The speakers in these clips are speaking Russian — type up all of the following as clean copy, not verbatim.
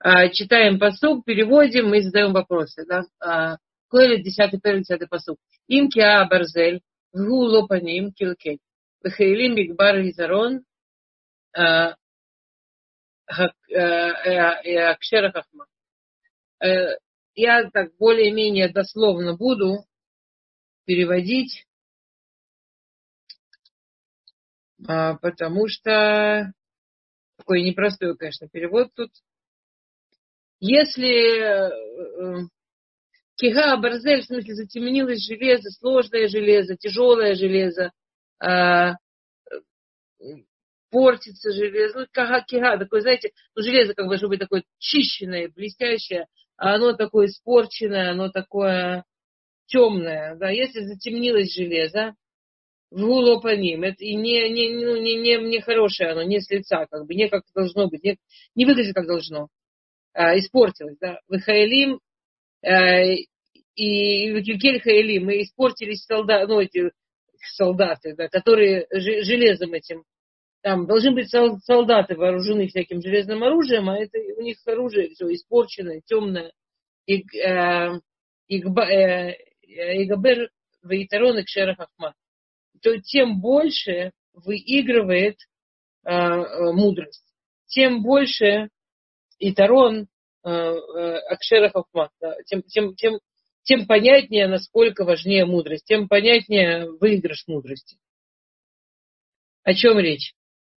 читаем пасук, переводим и задаем вопросы. Да? Коэлет, 10 пасук. Им киа барзель, гу лопаним килкель. Вехейлим бигбар визарон, акшера хахма. Я так более-менее дословно буду переводить, потому что такой непростой, конечно, перевод тут. Если кига барзель, в смысле затемнилось железо, сложное железо, тяжелое железо, портится железо, ну, кига, такое, знаете, ну, железо как бы должно быть такое чищенное, блестящее, а оно такое испорченное, оно такое темное, да, если затемнилось железо, в гулопаним, это и не хорошее оно, не с лица, как бы, не как должно быть, не выглядит как должно, испортилось, да, выхаэлим, и выкилькель хаэлим, мы испортились эти солдаты, да, которые железом этим, там должны быть солдаты вооружены всяким железным оружием, а это у них оружие все испорченное, темное. Игабер вейтарон и кшера хахма. То тем больше выигрывает мудрость, тем больше итарон акшера хахма. Да, тем понятнее, насколько важнее мудрость, тем понятнее выигрыш мудрости. О чем речь?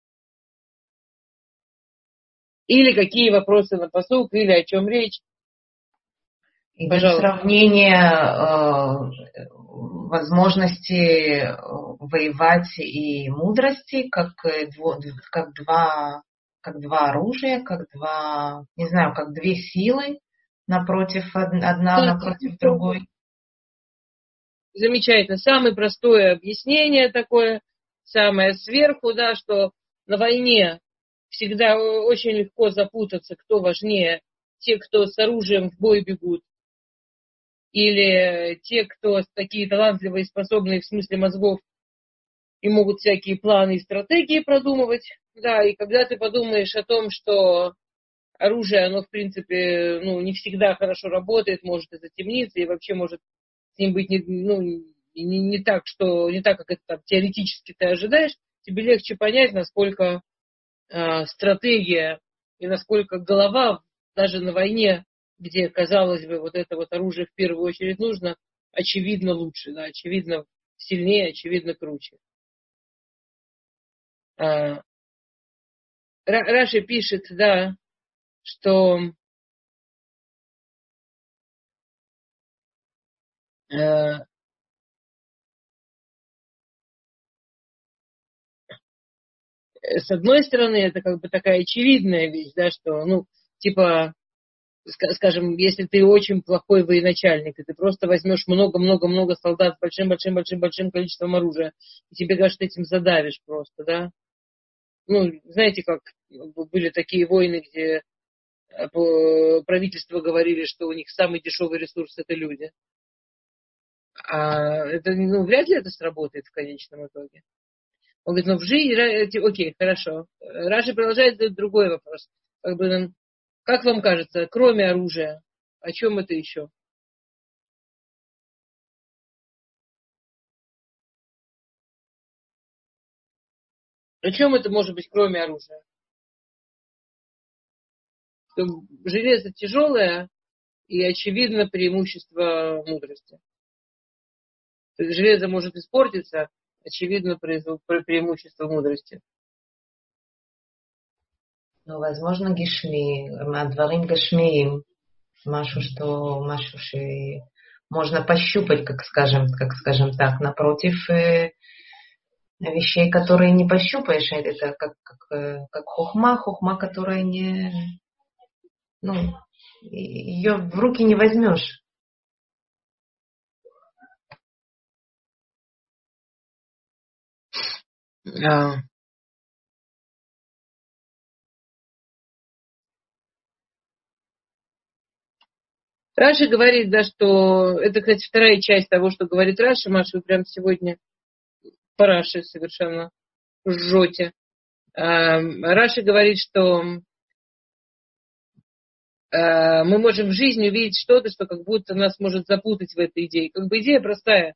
Или какие вопросы на пасук, или о чем речь. Идет сравнение возможности воевать и мудрости, как два оружия, как две силы одна напротив другой. Замечательно. Самое простое объяснение такое, самое сверху, да, что на войне всегда очень легко запутаться, кто важнее, те, кто с оружием в бой бегут, или те, кто такие талантливые и способные в смысле мозгов и могут всякие планы и стратегии продумывать. Да, и когда ты подумаешь о том, что оружие, оно в принципе, не всегда хорошо работает, может и затемниться, и вообще может с ним быть не так, как это там, теоретически ты ожидаешь, тебе легче понять, насколько стратегия и насколько голова даже на войне, где, казалось бы, вот это вот оружие в первую очередь нужно, очевидно лучше, да, очевидно сильнее, очевидно круче. Раши пишет, да, что с одной стороны, это как бы такая очевидная вещь, да, что, типа, скажем, если ты очень плохой военачальник, и ты просто возьмешь много-много-много солдат с большим-большим-большим-большим количеством оружия, и тебе, кажется, этим задавишь просто, да. Знаете, как были такие войны, где правительство говорили, что у них самый дешевый ресурс — это люди. А это, вряд ли это сработает в конечном итоге. Он говорит, в жизни, окей, хорошо. Раши продолжает задать другой вопрос. Как вам кажется, кроме оружия, о чем это еще? О чем это может быть, кроме оружия? Железо тяжелое и, очевидно, преимущество мудрости. То есть железо может испортиться, очевидно, преимущество мудрости. Возможно, гишми, адварим гашмиим, машу, что можно пощупать, как скажем так, напротив вещей, которые не пощупаешь, это как хохма, которая ее в руки не возьмешь. Раши говорит, да, что это, кстати, вторая часть того, что говорит Раши. Маша, вы прям сегодня по Раши совершенно жжете. Раши говорит, что мы можем в жизни увидеть что-то, что как будто нас может запутать в этой идее. Как бы идея простая,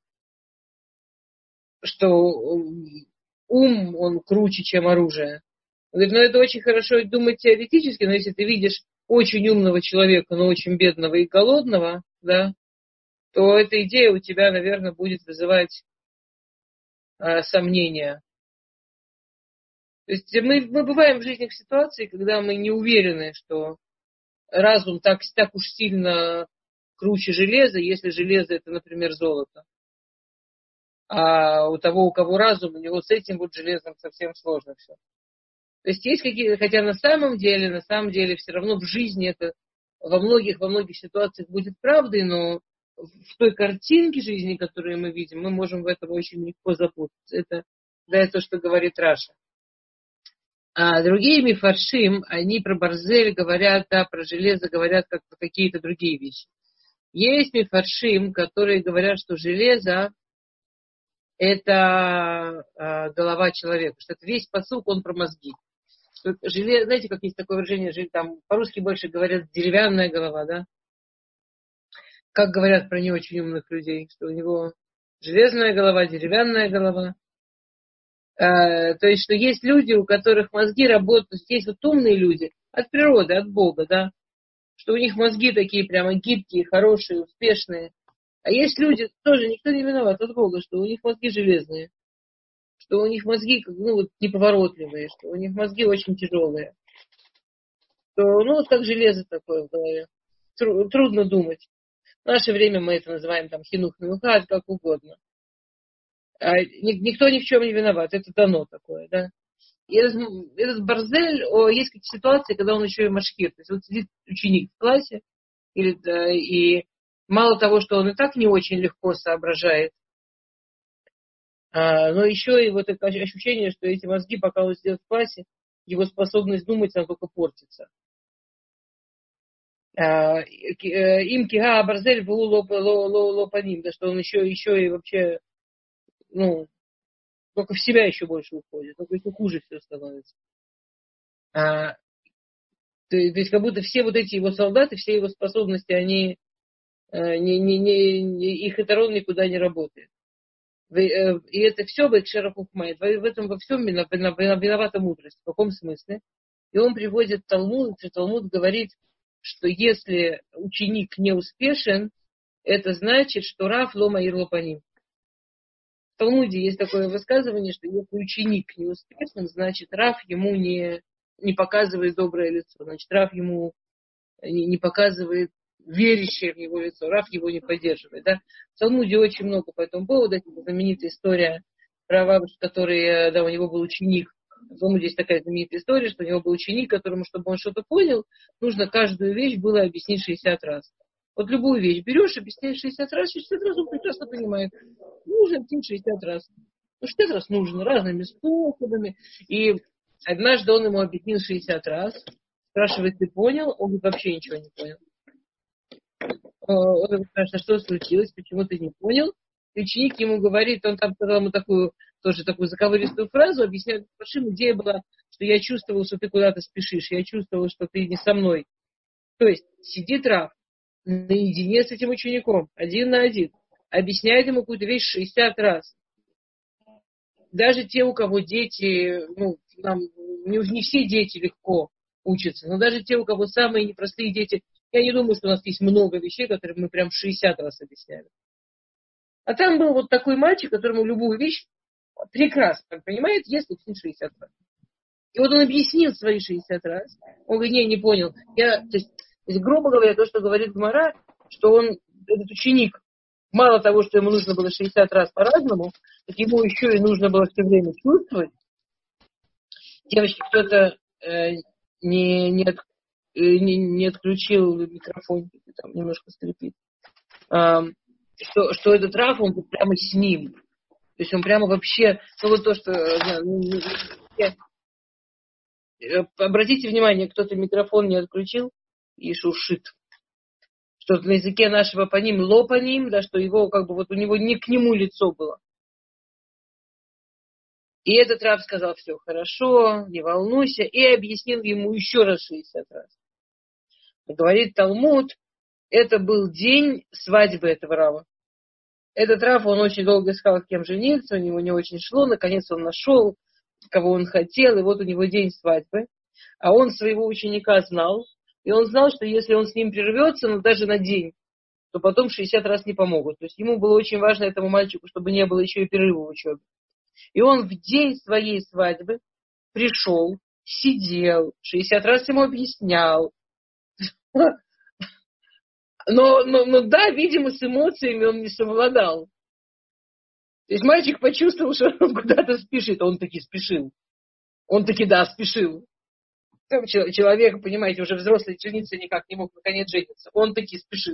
что ум, он круче, чем оружие. Он говорит, ну это очень хорошо думать теоретически, но если ты видишь очень умного человека, но очень бедного и голодного, да, то эта идея у тебя, наверное, будет вызывать сомнения. То есть мы бываем в жизни в ситуации, когда мы не уверены, что разум так уж сильно круче железа, если железо это, например, золото. А у того, у кого разум, у него с этим вот железом совсем сложно все. То есть есть какие-то, хотя на самом деле все равно в жизни это во многих ситуациях будет правдой, но в той картинке жизни, которую мы видим, мы можем в этом очень легко запутаться. Это, да, это то, что говорит Раша. А другие мифаршим, они про барзель говорят, да, про железо говорят как про какие-то другие вещи. Есть мифаршим, которые говорят, что железо это голова человека, что это весь посук, он про мозги. Знаете, как есть такое выражение, там по-русски больше говорят деревянная голова, да? Как говорят про не очень умных людей, что у него железная голова, деревянная голова. То есть, что есть люди, у которых мозги работают, есть вот умные люди от природы, от Бога, да, что у них мозги такие прямо гибкие, хорошие, успешные. А есть люди, тоже никто не виноват от Бога, что у них мозги железные, что у них мозги вот, неповоротливые, что у них мозги очень тяжелые. Что, вот как железо такое в голове. Трудно думать. В наше время мы это называем там хинух миухад, как угодно. Никто ни в чем не виноват, это дано такое, да. И этот Барзель, есть какие-то ситуации, когда он еще и машкир. То есть вот сидит ученик в классе, и мало того, что он и так не очень легко соображает, но еще и вот это ощущение, что эти мозги, пока он сидит в классе, его способность думать, она только портится. Им кига Барзель был лопаним, да, что он еще и вообще, только в себя еще больше уходит, только еще хуже все становится. То есть как будто все вот эти его солдаты, все его способности, они их этерон никуда не работает. И это все Бекшера Хухма. В этом во всем виновата мудрость. В каком смысле? И он приводит Талмуд, и Талмуд говорит, что если ученик не успешен, это значит, что Раф лома ирлопаним. В Талмуде есть такое высказывание, что если ученик не успешен, значит Раф ему не показывает доброе лицо. Значит, Раф ему не показывает верящее в него лицо. Раф его не поддерживает. Да? В Талмуде очень много по этому поводу. Это знаменитая история про бабушку, который, да, у него был ученик. В Талмуде есть такая знаменитая история, что у него был ученик, которому, чтобы он что-то понял, нужно каждую вещь было объяснить 60 раз. Вот любую вещь берешь, объясняешь 60 раз, 60 раз он прекрасно понимает. Нужно объяснить 60 раз. 60 раз нужно, разными способами. И однажды он ему объяснил 60 раз. Спрашивает, ты понял? Он говорит, вообще ничего не понял. Он спрашивает, что случилось, почему ты не понял? И ученик ему говорит, он там сказал ему такую заковыристую фразу, объясняет, Пашим, идея была, что я чувствовал, что ты куда-то спешишь, я чувствовал, что ты не со мной. То есть сидит Раф наедине с этим учеником, один на один, объясняет ему какую-то вещь 60 раз. Даже те, у кого дети, не все дети легко учатся, но даже те, у кого самые непростые дети, я не думаю, что у нас есть много вещей, которые мы прям 60 раз объясняли. А там был вот такой мальчик, которому любую вещь прекрасно понимает, если объяснить 60 раз. И вот он объяснил свои 60 раз. Он говорит, не понял. То есть, грубо говоря, то, что говорит Гмара, что этот ученик, мало того, что ему нужно было 60 раз по-разному, так ему еще и нужно было все время чувствовать. Девочки, кто-то не отключил микрофон, там немножко скрипит. Что этот Раф, он прямо с ним. То есть он прямо вообще, вот то, что... Обратите внимание, кто-то микрофон не отключил и шуршит. Что на языке нашего паним лопаним, да, что его как бы вот у него не к нему лицо было. И этот Рав сказал, все хорошо, не волнуйся, и объяснил ему еще раз 60 раз. Говорит Талмуд, это был день свадьбы этого Рава. Этот Рав, он очень долго искал, с кем жениться, у него не очень шло, наконец он нашел, кого он хотел, и вот у него день свадьбы. А он своего ученика знал, и он знал, что если он с ним прервется, ну даже на день, то потом 60 раз не помогут. То есть ему было очень важно, этому мальчику, чтобы не было еще и перерыва в учебе. И он в день своей свадьбы пришел, сидел, 60 раз ему объяснял. Но да, видимо, с эмоциями он не совладал. То есть мальчик почувствовал, что он куда-то спешит. Он таки спешил. Он таки, да, спешил. Там человек, понимаете, уже взрослый, жениться никак не мог, наконец жениться. Он таки спешил.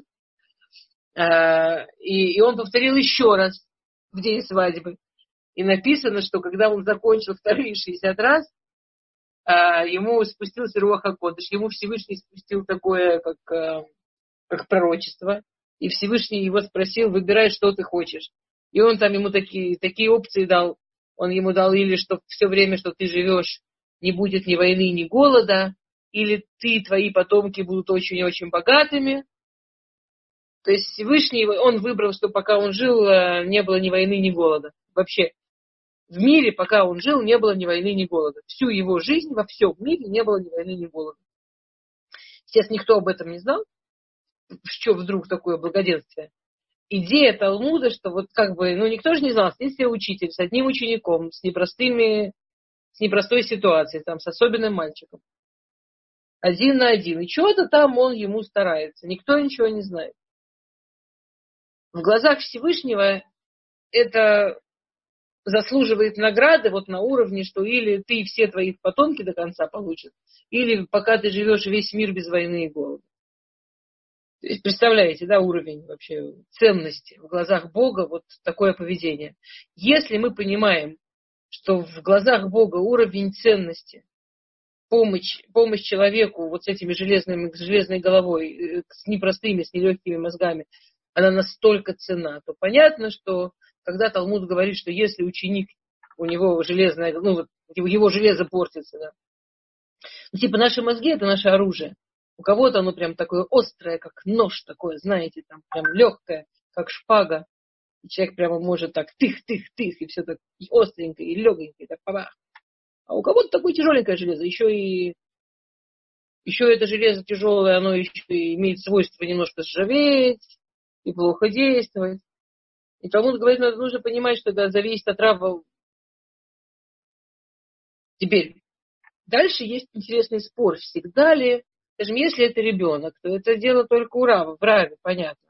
И он повторил еще раз в день свадьбы. И написано, что когда он закончил вторые 60 раз, ему спустился Руах ха-Кодеш. Ему Всевышний спустил такое, как пророчество. И Всевышний его спросил, выбирай, что ты хочешь. И он там ему такие опции дал. Он ему дал или что все время, что ты живешь, не будет ни войны, ни голода, или твои потомки будут очень-очень богатыми. То есть Всевышний, он выбрал, что пока он жил, не было ни войны, ни голода. Вообще, в мире, пока он жил, не было ни войны, ни голода. Всю его жизнь во всем мире не было ни войны, ни голода. Естественно, никто об этом не знал. Что вдруг такое благоденствие? Идея Талмуда, что вот никто же не знал, если учитель с одним учеником, с непростой ситуацией, там, с особенным мальчиком, один на один, и чего-то там он ему старается, никто ничего не знает. В глазах Всевышнего это заслуживает награды вот на уровне, что или ты и все твои потомки до конца получат, или пока ты живешь весь мир без войны и голода. То есть, представляете, да, уровень вообще ценности в глазах Бога, вот такое поведение. Если мы понимаем, что в глазах Бога уровень ценности, помощь человеку вот с этими железной головой, с непростыми, с нелегкими мозгами, она настолько ценна, то понятно, что когда Талмуд говорит, что если ученик, у него железное, его железо портится, да, наши мозги это наше оружие. У кого-то оно прям такое острое, как нож такое, знаете, там прям легкое, как шпага. И человек прямо может так тых-тых-тых, и все так и остренько, и легенько, и так бабах. А у кого-то такое тяжеленькое железо. Еще это железо тяжелое, оно еще и имеет свойство немножко сжаветь и плохо действовать. И Талмуд говорит, нужно понимать, что это зависит от рава. Теперь, дальше есть интересный спор. Всегда ли, скажем, если это ребенок, то это дело только у рава, в раве, понятно.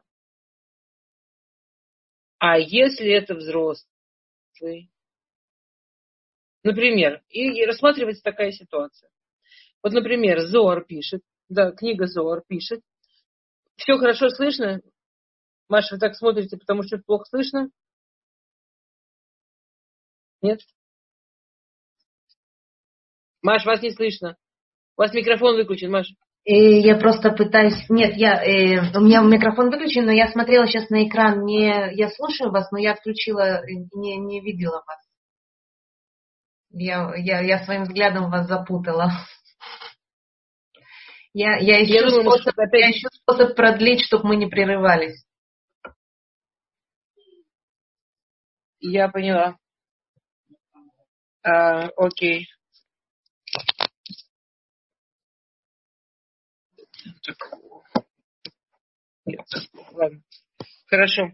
А если это взрослый? Например, и рассматривается такая ситуация. Вот, например, Зоар пишет, да, книга Зоар пишет. Все хорошо слышно? Маша, вы так смотрите, потому что плохо слышно? Нет? Маш, вас не слышно. У вас микрофон выключен, Маша. Я просто пытаюсь... Нет, у меня микрофон выключен, но я смотрела сейчас на экран. Я слушаю вас, но я отключила, не видела вас. Я своим взглядом вас запутала. Я ищу способ продлить, чтобы мы не прерывались. Я поняла. Окей. Нет, ладно. Хорошо.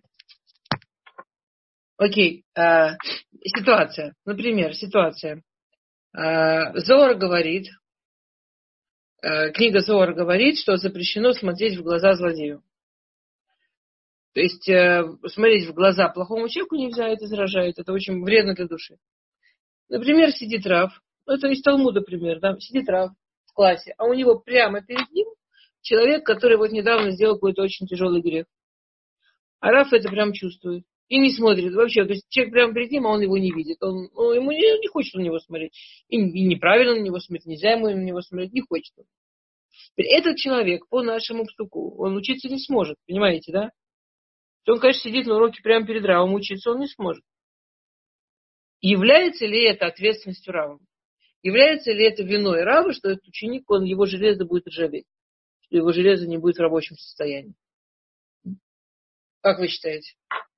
Окей. Ситуация. Например, ситуация. Зоар говорит, книга Зоар говорит, что запрещено смотреть в глаза злодею. То есть смотреть в глаза плохому человеку нельзя, это заражает, это очень вредно для души. Например, сидит Рав, это из Талмуда пример, да, сидит Рав в классе, а у него прямо перед ним человек, который вот недавно сделал какой-то очень тяжелый грех. А Рав это прям чувствует. И не смотрит вообще. То есть человек прямо перед ним, а он его не видит. Ему не хочет на него смотреть. И неправильно на него смотреть, нельзя ему на него смотреть, не хочет. Этот человек по нашему псуку, он учиться не сможет, понимаете, да? Он, конечно, сидит на уроке прямо перед Равом, учиться он не сможет. Является ли это ответственностью Рава? Является ли это виной Рава, что этот ученик, его железо будет ржаветь? что его железо не будет в рабочем состоянии. Как вы считаете?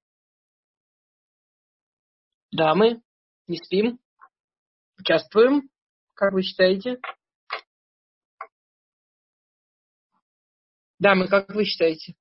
Да, мы не спим, участвуем. Как вы считаете? Дамы, как вы считаете?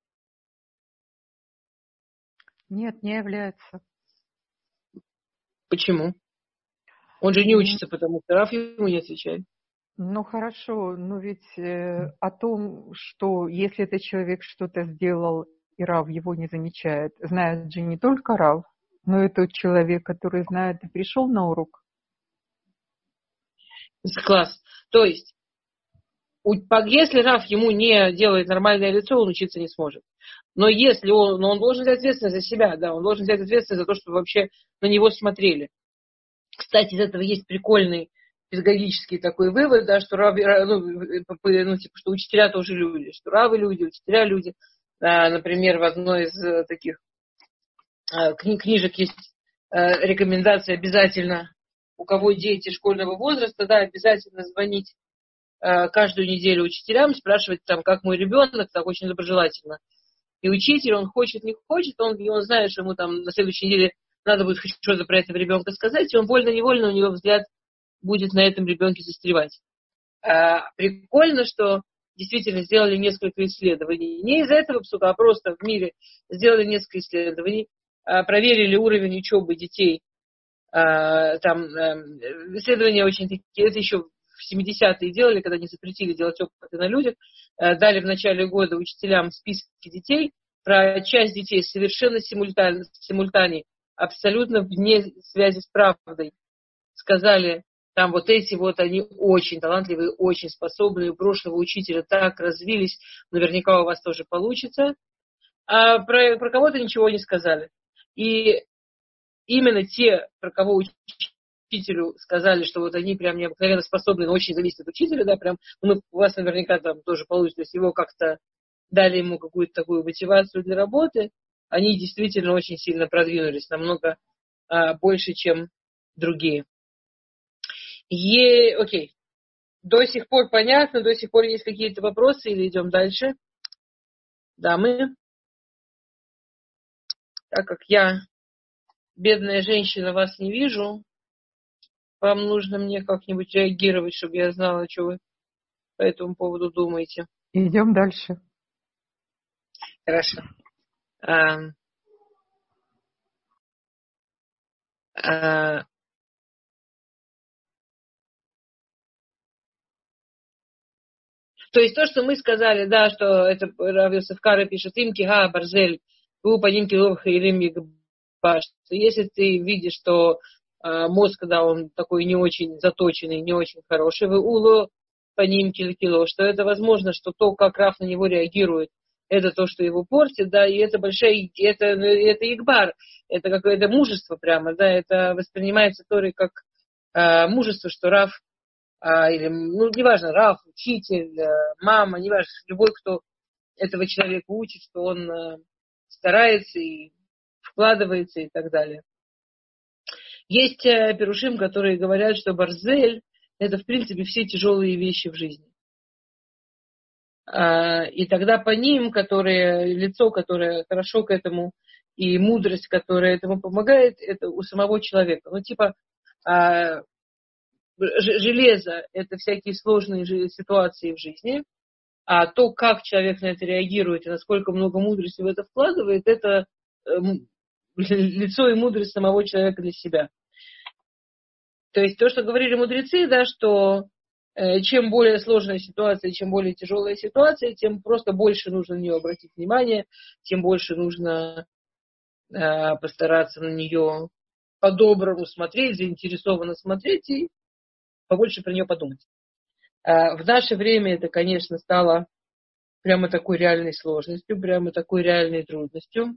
Нет, не является. Почему? Он же не учится, потому что Раф ему не отвечает. Ну хорошо, но ведь о том, что если этот человек что-то сделал, и Рав его не замечает, знает же не только Рав, но и тот человек, который знает и пришел на урок. Класс. То есть, если Раф ему не делает нормальное лицо, он учиться не сможет. Но если он должен взять ответственность за себя, да, он должен взять ответственность за то, чтобы вообще на него смотрели. Кстати, из этого есть прикольный педагогический такой вывод, да, что что учителя тоже люди, что равы люди, учителя люди. Например, в одной из таких книжек есть рекомендация обязательно, у кого дети школьного возраста, да, обязательно звонить каждую неделю учителям, спрашивать там, как мой ребенок, так очень доброжелательно. И учитель, он хочет, не хочет, он знает, что ему там на следующей неделе надо будет хоть что-то про этого ребенка сказать, и он вольно-невольно, у него взгляд будет на этом ребенке застревать. Прикольно, что действительно сделали несколько исследований. Не из-за этого псука, а просто в мире сделали несколько исследований, проверили уровень учебы детей. Исследования очень такие, это еще в 70-е делали, когда не запретили делать опыты на людях, дали в начале года учителям списки детей, про часть детей совершенно симультане, абсолютно вне связи с правдой. Сказали, там вот эти вот, они очень талантливые, очень способные, у прошлого учителя так развились, наверняка у вас тоже получится. А про кого-то ничего не сказали. И именно те, про кого учителю сказали, что вот они прям необыкновенно способны, но очень зависят от учителя, да, прям, у вас наверняка там тоже получится, то есть его как-то дали ему какую-то такую мотивацию для работы, они действительно очень сильно продвинулись, намного больше, чем другие. Окей. До сих пор понятно, до сих пор есть какие-то вопросы или идем дальше? Дамы? Так как я, бедная женщина, вас не вижу, вам нужно мне как-нибудь реагировать, чтобы я знала, что вы по этому поводу думаете. Идем дальше. Хорошо. То есть то, что мы сказали, да, что это Рав Йосеф Кара пишет, им кига барзель, вы по ним килов хейлим ягбаш. Если ты видишь, что мозг, да, он такой не очень заточенный, не очень хороший, вы уло по ним кило, что это возможно, что то, как Рав на него реагирует, это то, что его портит, да, и это большая, это игбар, это какое-то мужество прямо, да, это воспринимается Торой как мужество, что Рав или, неважно, Раф, учитель, мама, неважно, любой, кто этого человека учит, что он старается и вкладывается и так далее. Есть пирушим, которые говорят, что барзель – это, в принципе, все тяжелые вещи в жизни. И тогда по ним, лицо, которое хорошо к этому, и мудрость, которая этому помогает, это у самого человека. Железо – это всякие сложные ситуации в жизни, а то, как человек на это реагирует и насколько много мудрости в это вкладывает, это лицо и мудрость самого человека для себя. То есть то, что говорили мудрецы, да, что чем более сложная ситуация, чем более тяжелая ситуация, тем просто больше нужно на нее обратить внимание, тем больше нужно постараться на нее по-доброму смотреть, заинтересованно смотреть и побольше про нее подумать. В наше время это, конечно, стало прямо такой реальной сложностью, прямо такой реальной трудностью.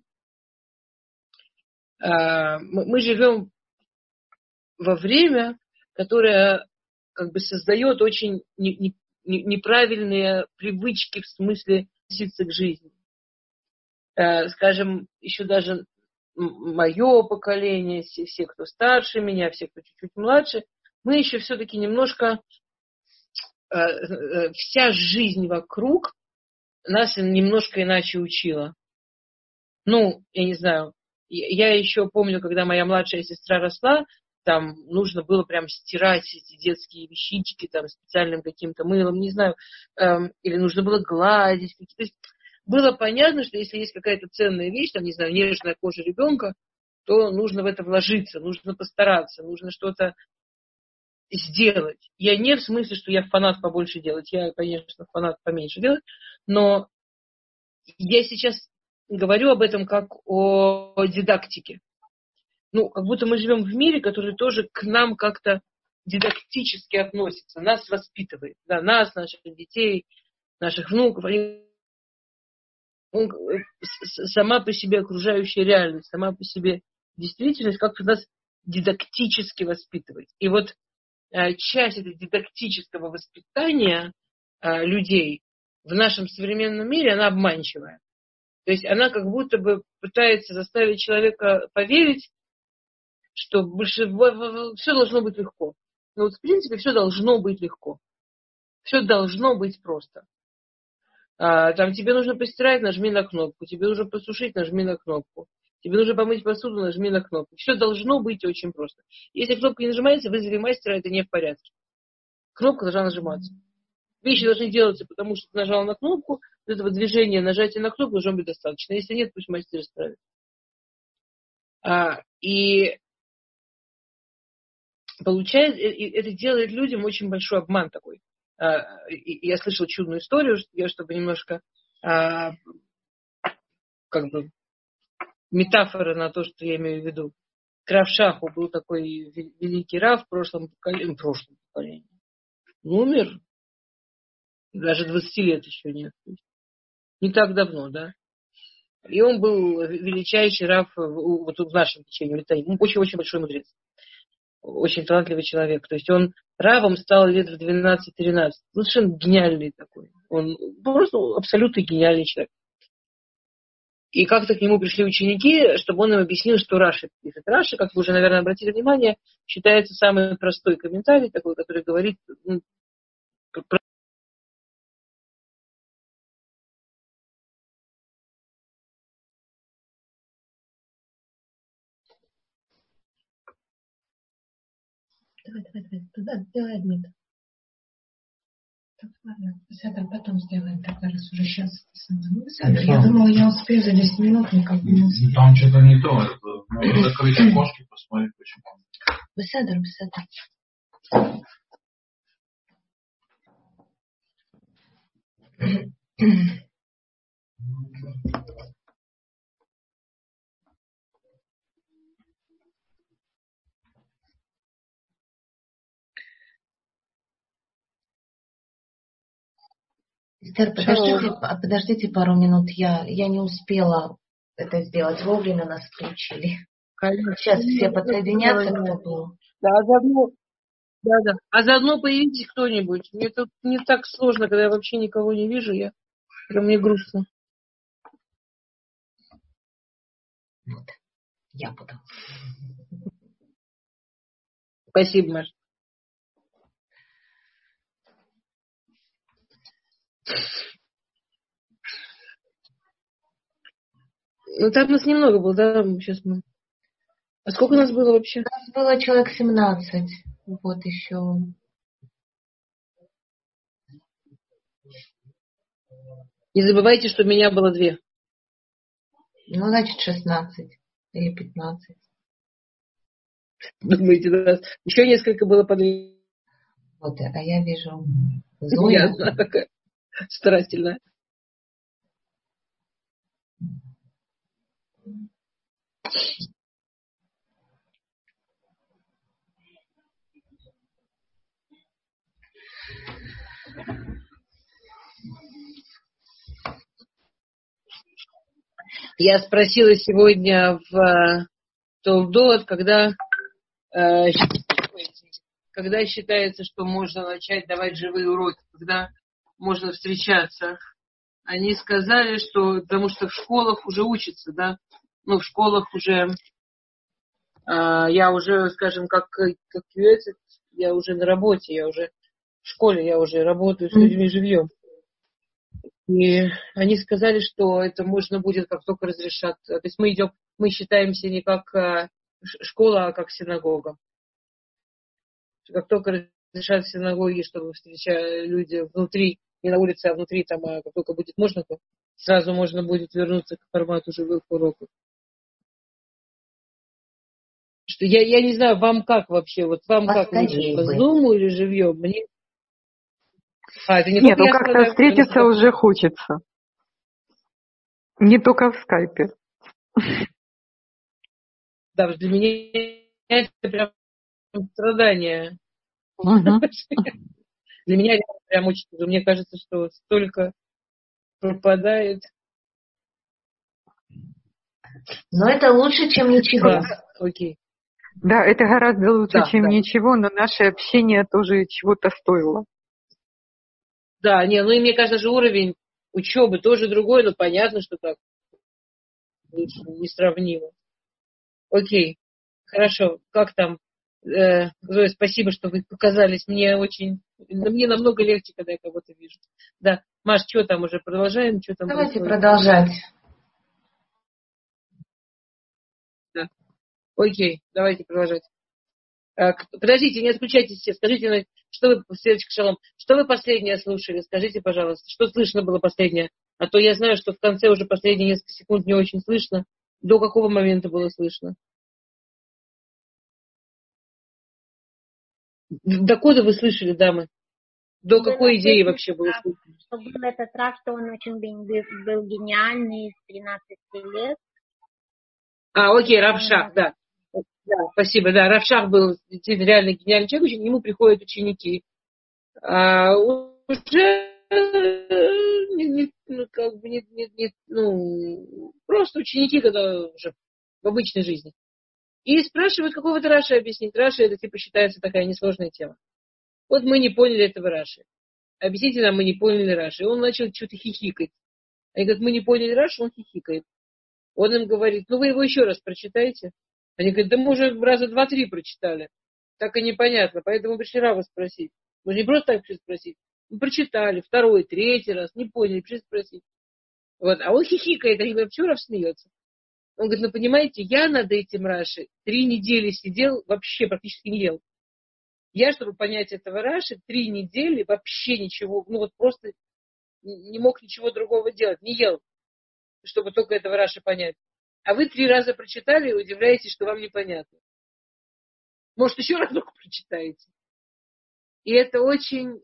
Мы живем во время, которое как бы создает очень неправильные привычки в смысле относиться к жизни. Скажем, еще даже мое поколение, все, кто старше меня, все, кто чуть-чуть младше, мы еще все-таки немножко вся жизнь вокруг нас немножко иначе учила. Ну, я не знаю, я еще помню, когда моя младшая сестра росла, там нужно было прям стирать эти детские вещички там специальным каким-то мылом, не знаю, или нужно было гладить. То есть было понятно, что если есть какая-то ценная вещь, там, не знаю, нежная кожа ребенка, то нужно в это вложиться, нужно постараться, нужно что-то сделать. Я не в смысле, что я фанат побольше делать, я, конечно, фанат поменьше делать, но я сейчас говорю об этом как о дидактике. Ну, как будто мы живем в мире, который тоже к нам как-то дидактически относится, нас воспитывает, да, нас, наших детей, наших внуков. Сама по себе окружающая реальность, сама по себе действительность как-то нас дидактически воспитывает. И вот часть этого дидактического воспитания людей в нашем современном мире, она обманчивая. То есть она как будто бы пытается заставить человека поверить, что все должно быть легко. Но вот в принципе все должно быть легко. Все должно быть просто. Там тебе нужно постирать, нажми на кнопку. Тебе нужно посушить, нажми на кнопку. Тебе нужно помыть посуду, нажми на кнопку. Все должно быть очень просто. Если кнопка не нажимается, вызови мастера, это не в порядке. Кнопка должна нажиматься. Вещи должны делаться, потому что ты нажал на кнопку, этого движения, нажатия на кнопку должно быть достаточно. Если нет, пусть мастер исправит. И получается, это делает людям очень большой обман такой. Я слышал чудную историю, чтобы немножко как бы метафора на то, что я имею в виду. Рав Шаху был такой великий рав в прошлом поколении. Умер, даже 20 лет еще нет. Не так давно, да. И он был величайший рав вот в нашем течении. Очень-очень большой мудрец. Очень талантливый человек. То есть он равом стал лет в 12-13. Совершенно гениальный такой. Он просто абсолютно гениальный человек. И как-то к нему пришли ученики, чтобы он им объяснил, что Раши пишет. Раши, как вы уже, наверное, обратили внимание, считается самый простой комментарий, такой, который говорит про... Давай, Дмитрий. Так, ладно, Беседа потом сделаем, тогда раз уже сейчас. Я думала, я успею за 10 минут, никак не успею. Там что-то не то. Надо закрыть окошки, посмотреть, почему. Беседа. Эстер, подождите пару минут. Я не успела это сделать вовремя, нас включили. Сейчас все подсоединятся, кто был. Да. А заодно появитесь кто-нибудь. Мне тут не так сложно, когда я вообще никого не вижу. Мне грустно. Вот. Я буду. Спасибо, Маш. Ну, там нас немного было, да? Сейчас мы... А сколько у нас было вообще? У нас было человек 17. Вот еще. Не забывайте, что меня было 2. Ну, значит, 16 или 15. Думаете, да? Еще несколько было по 2. Вот, а я вижу Зоя. Она такая старательная. Я спросила сегодня в Толдот, когда считается, что можно начать давать живые уроки, когда можно встречаться. Они сказали, что потому что в школах уже учатся, да, ну в школах уже я уже, скажем, как QS, я уже на работе, я уже в школе, я уже работаю с людьми живьем. И они сказали, что это можно будет, как только разрешат. То есть мы считаемся не как школа, а как синагога. Как только разрешат в синагоге, чтобы встречали люди внутри, не на улице, а внутри, там, а как только будет можно, то сразу можно будет вернуться к формату живых уроков. Что я не знаю, вам как вообще, вот вам как лучше, по зуму или живьем? Мне... это не Нет, только я как-то страдаю, встретиться уже хочется. Не только в скайпе. Да, для меня это прям страдание. Угу. Для меня это прям очень тяжело. Мне кажется, что столько пропадает. Но это лучше, чем ничего. Да, окей. Да, это гораздо лучше, Да, чем да. ничего, но наше общение тоже чего-то стоило. Да, не, ну и мне кажется, же уровень учебы тоже другой, но понятно, что так несравнимо. Окей, хорошо. Как там? Зоя, спасибо, что вы показались. Мне намного легче, когда я кого-то вижу. Да, Маш, что там уже продолжаем? Что там Давайте происходит? продолжать. Да. Окей, давайте продолжать. Подождите, не отключайтесь все. Скажите, что вы, Светочка Шалом, что вы последнее слушали? Скажите, пожалуйста, что слышно было последнее? А то я знаю, что в конце уже последние несколько секунд не очень слышно. До какого момента было слышно? Докуда вы слышали, дамы? До какой идеи вообще было слышно? Что был этот раз, что он очень был гениальный с 13 лет. Окей, Равшах, да. Да, спасибо, да, Равшах был действительно реально гениальный человек, к нему приходят ученики. Уже просто ученики, когда уже в обычной жизни. И спрашивают, какого-то Раши объяснить. Раши это типа считается такая несложная тема. Вот мы не поняли этого Раши. Объясните нам, мы не поняли Раши. И он начал что-то хихикать. Они говорят, мы не поняли Раши, он хихикает. Он им говорит, вы его еще раз прочитайте. Они говорят, да мы уже раза 2-3 прочитали. Так и непонятно, поэтому пришли Рава спросить. Мы же не просто так пришли спросить. Мы прочитали 2-й, 3-й раз, не поняли, пришли спросить. Вот. А он хихикает, они говорят, почему Рав смеется? Он говорит, понимаете, я над этим Раши 3 недели сидел, вообще практически не ел. Я, чтобы понять этого Раши, 3 недели вообще ничего, просто не мог ничего другого делать, не ел, чтобы только этого Раши понять. А вы 3 раза прочитали и удивляетесь, что вам непонятно. Может, еще разок прочитаете. И это очень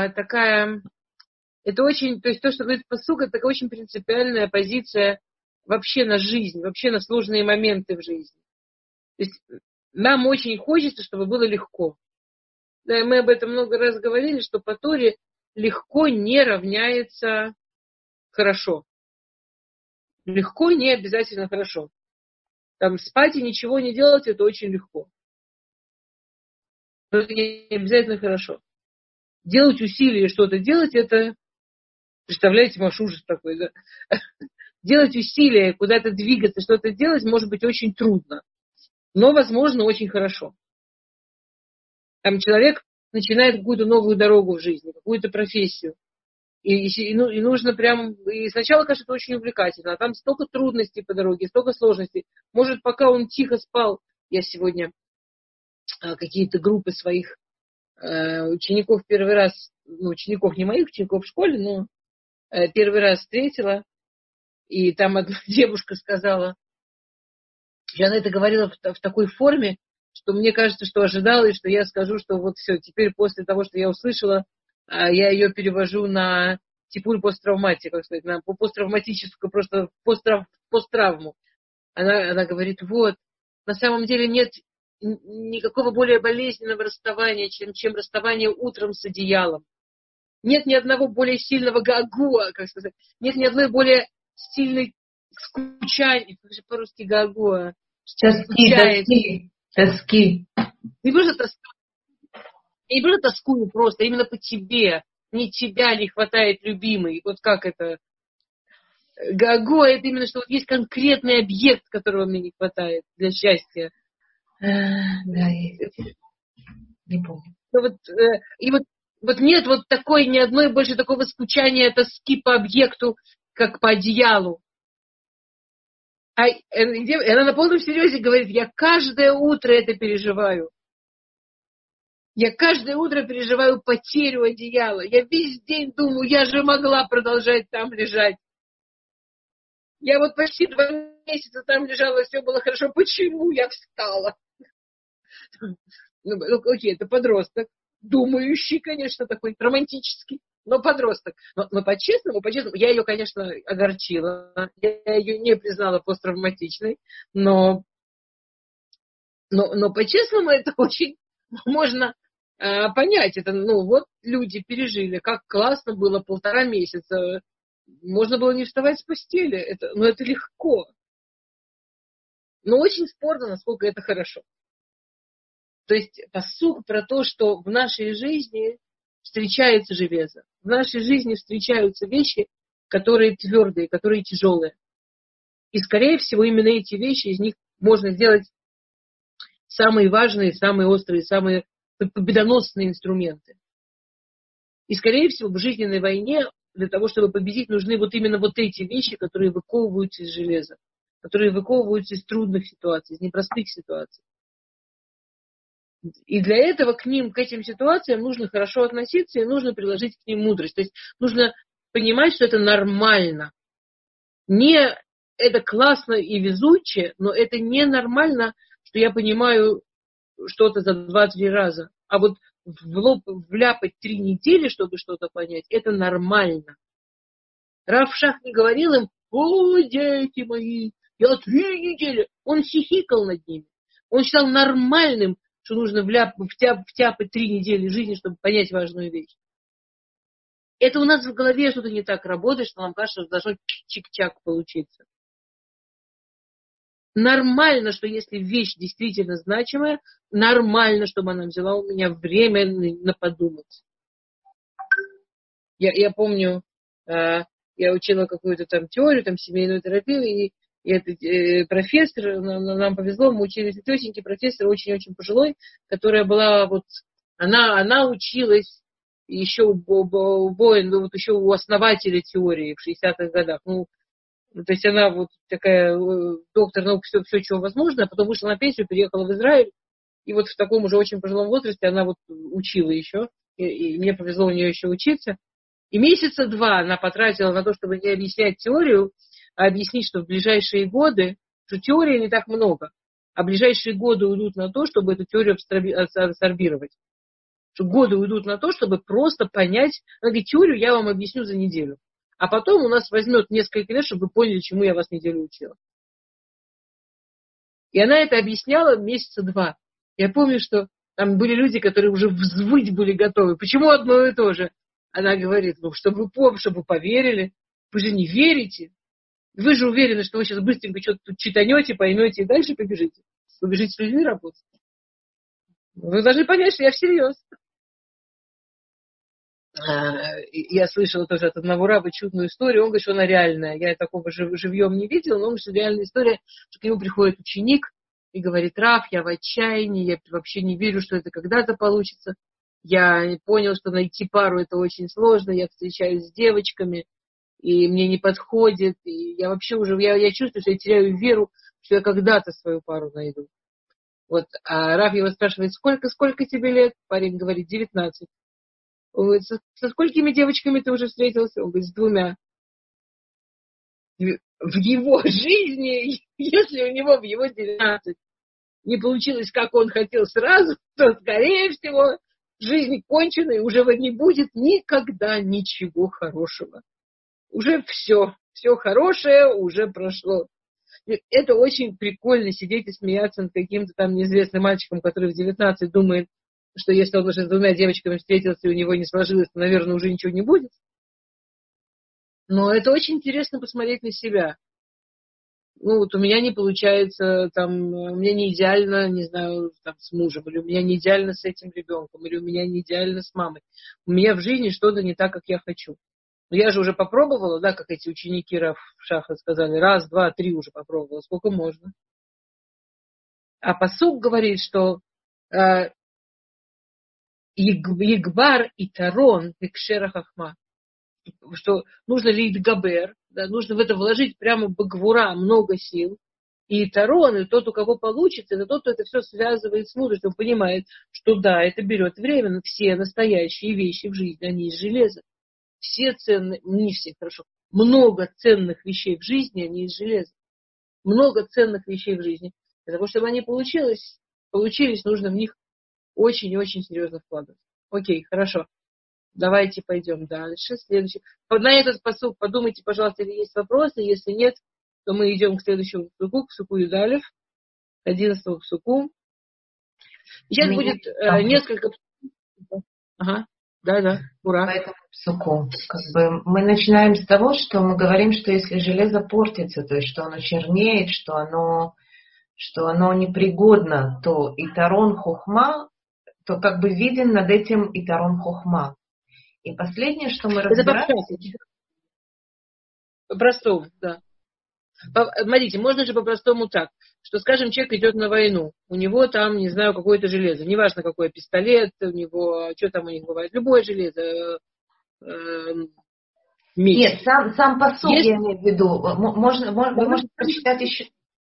то есть то, что говорит пасук, это такая очень принципиальная позиция вообще на жизнь, вообще на сложные моменты в жизни. То есть нам очень хочется, чтобы было легко. Да, мы об этом много раз говорили, что по Торе легко не равняется хорошо. Легко не обязательно хорошо. Там спать и ничего не делать, это очень легко. Но это не обязательно хорошо. Делать усилия что-то делать, это, представляете, ваш ужас такой, да? Делать усилия, куда-то двигаться, что-то делать, может быть очень трудно. Но, возможно, очень хорошо. Там человек начинает какую-то новую дорогу в жизни, какую-то профессию. И нужно прям... И сначала, кажется, это очень увлекательно, а там столько трудностей по дороге, столько сложностей. Может, пока он тихо спал, я сегодня какие-то группы своих учеников первый раз, учеников не моих, учеников в школе, но первый раз встретила, и там одна девушка сказала, и она это говорила в такой форме, что мне кажется, что ожидала, и что я скажу, что вот все, теперь после того, что я услышала, я ее перевожу на типуль посттравматик, как сказать, на посттравматическую, просто посттравму. Она говорит, вот, на самом деле нет никакого более болезненного расставания, чем расставание утром с одеялом. Нет ни одного более сильного гагуа, как сказать, нет ни одной более сильной скучания, как же по-русски гагуа. Тоски. Не просто тоскую просто, именно по тебе. Мне тебя не хватает, любимый. Вот как это? Гагуа, это именно, что вот есть конкретный объект, которого мне не хватает для счастья. Да, есть. Не помню. И вот Вот нет вот такой, ни одной больше такого скучания, тоски по объекту, как по одеялу. Она на полном серьезе говорит, я каждое утро это переживаю. Я каждое утро переживаю потерю одеяла. Я весь день думаю, я же могла продолжать там лежать. Я вот почти 2 месяца там лежала, все было хорошо. Почему я встала? Ну, окей, это подросток. Думающий, конечно, такой романтический, но подросток. Но по-честному, я ее, конечно, огорчила. Я ее не признала посттравматичной, но по-честному это очень можно понять. Это, вот люди пережили, как классно было 1,5 месяца. Можно было не вставать с постели. Это легко. Но очень спорно, насколько это хорошо. То есть пасук про то, что в нашей жизни встречается железо. В нашей жизни встречаются вещи, которые твердые, которые тяжелые. И, скорее всего, именно эти вещи, из них можно сделать самые важные, самые острые, самые победоносные инструменты. И, скорее всего, в жизненной войне для того, чтобы победить, нужны вот именно вот эти вещи, которые выковываются из железа, которые выковываются из трудных ситуаций, из непростых ситуаций. И для этого к этим ситуациям нужно хорошо относиться и нужно приложить к ним мудрость. То есть нужно понимать, что это нормально. Не это классно и везуче, но это не нормально, что я понимаю что-то за 2-3 раза. А вот в лоб вляпать 3 недели, чтобы что-то понять, это нормально. Рав Шах не говорил им, о, дети мои, я 3 недели. Он хихикал над ними. Он считал нормальным, что нужно втяпать 3 недели жизни, чтобы понять важную вещь. Это у нас в голове что-то не так работает, что нам кажется, что должно чик-чак получиться. Нормально, что если вещь действительно значимая, нормально, чтобы она взяла у меня время на подумать. Я помню, я учила какую-то там теорию, там семейную терапию, и этот профессор, нам повезло, мы учились у тетеньки, профессор очень-очень пожилой, которая была она училась еще еще у основателя теории в 60-х годах. То есть она вот такая доктор наук, все, чего возможно, а потом вышла на пенсию, переехала в Израиль, и вот в таком уже очень пожилом возрасте она вот учила еще, и мне повезло у нее еще учиться. И 2 месяца она потратила на то, чтобы не объяснять теорию, а объяснить, что в ближайшие годы, что теории не так много, а ближайшие годы уйдут на то, чтобы эту теорию абсорбировать. Что годы уйдут на то, чтобы просто понять. Она говорит, теорию я вам объясню за неделю. А потом у нас возьмет несколько лет, чтобы вы поняли, чему я вас неделю учила. И она это объясняла 2 месяца. Я помню, что там были люди, которые уже взвыть были готовы. Почему одно и то же? Она говорит, чтобы вы поверили. Вы же не верите. Вы же уверены, что вы сейчас быстренько что-то тут читанете, поймете и дальше побежите. Побежите с людьми работать. Вы должны понять, что я всерьез. Я слышала тоже от одного раба чудную историю. Он говорит, что она реальная. Я такого живьем не видела, но он говорит, что реальная история, что к нему приходит ученик и говорит, Рав, я в отчаянии, я вообще не верю, что это когда-то получится. Я понял, что найти пару это очень сложно, я встречаюсь с девочками, и мне не подходит, и я вообще я чувствую, что я теряю веру, что я когда-то свою пару найду. Вот, а Рав его спрашивает, сколько тебе лет? Парень говорит, 19. Он говорит, со сколькими девочками ты уже встретился? Он говорит, с 2. В его жизни, если у него в его 19 не получилось, как он хотел сразу, то, скорее всего, жизнь кончена, и уже не будет никогда ничего хорошего. Уже все хорошее уже прошло. И это очень прикольно сидеть и смеяться над каким-то там неизвестным мальчиком, который в 19 думает, что если он уже с 2 девочками встретился, и у него не сложилось, то, наверное, уже ничего не будет. Но это очень интересно посмотреть на себя. Вот у меня не получается, у меня не идеально, не знаю, с мужем, или у меня не идеально с этим ребенком, или у меня не идеально с мамой. У меня в жизни что-то не так, как я хочу. Но я же уже попробовала, да, как эти ученики Рав Шаха сказали, 1, 2, 3 уже попробовала, сколько можно. А пасук говорит, что Игбар и Тарон Викшера Хахма. Что нужно ли Идгабер, да, нужно в это вложить прямо Багвура много сил. И Тарон, и тот, у кого получится, это тот, кто это все связывает с мудростью, он понимает, что да, это берет время, но все настоящие вещи в жизни, они из железа. Все ценные, не все, хорошо, много ценных вещей в жизни, они из железа. Много ценных вещей в жизни. Для того, чтобы они получились, нужно в них очень и очень серьезно вкладывать. Окей, хорошо. Давайте пойдем дальше. Следующий. На этот посук подумайте, пожалуйста, если есть вопросы. Если нет, то мы идем к следующему псуку, к псуку Юдалев, 11 псуку. Сейчас будет несколько... Ага, да, ура. По этому псуку. Мы начинаем с того, что мы говорим, что если железо портится, то есть что оно чернеет, что оно непригодно, то Итарон Хохма, то как бы виден над этим Итарон Хохма. И последнее, что мы разбираем... По-простому, да. Смотрите, можно же по-простому так, что, скажем, человек идет на войну, у него там, не знаю, какое-то железо, неважно какое, пистолет, у него, что там у них бывает, любое железо, меч. Нет, сам посуд я имею в виду. Вы можете прочитать еще.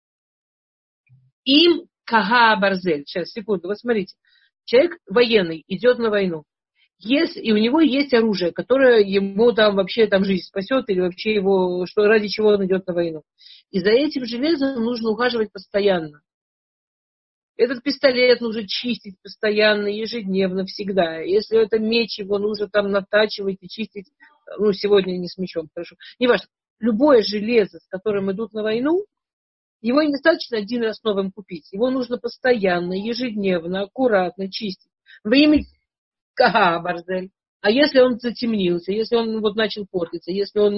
Им кага барзель. Сейчас, секунду, вот смотрите. Человек военный идет на войну. И у него есть оружие, которое ему там вообще там жизнь спасет, или вообще его, что ради чего он идет на войну. И за этим железом нужно ухаживать постоянно. Этот пистолет нужно чистить постоянно, ежедневно, всегда. Если это меч, его нужно там натачивать и чистить. Ну, сегодня не с мечом, хорошо. Неважно. Любое железо, с которым идут на войну, его недостаточно один раз новым купить. Его нужно постоянно, ежедневно, аккуратно чистить. Во имя Кага Барзель. А если он затемнился, если он вот начал портиться, если он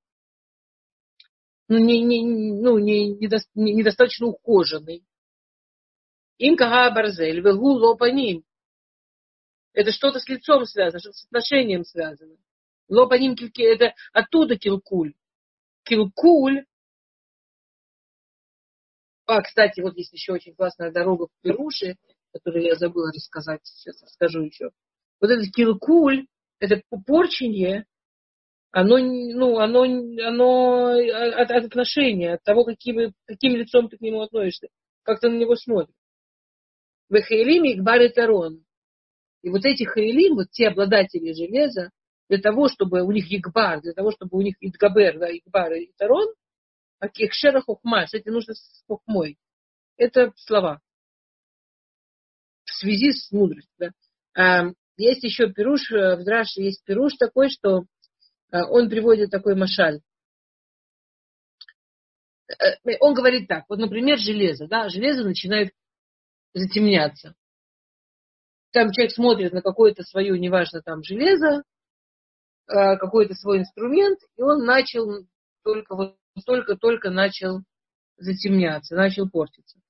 недостаточно ухоженный. Им Кага Барзель, вегу лопаним. Это что-то с лицом связано, что-то с отношением связано. Лопаним кильки, это оттуда килкуль. Килкуль. Кстати, вот есть еще очень классная дорога в Перуше, которую я забыла рассказать, сейчас расскажу еще. Вот этот килкуль, это порченье, оно от отношения, от того, каким лицом ты к нему относишься, как ты на него смотришь. В Хаилим Игбар и Тарон. И вот эти Хаилим, вот те обладатели железа, для того, чтобы у них Игбар, для того, чтобы у них Идгабер, да, Игбар и Тарон, а Кехшера Хохма, кстати, нужно с Хохмой. Это слова. В связи с мудростью. Да. Есть еще пируш, в Драше есть пируш такой, что он приводит такой машаль. Он говорит так, вот, например, железо, да, железо начинает затемняться. Там человек смотрит на какое-то свое, неважно, там, железо, какой-то свой инструмент, и он начал только начал затемняться, начал портиться.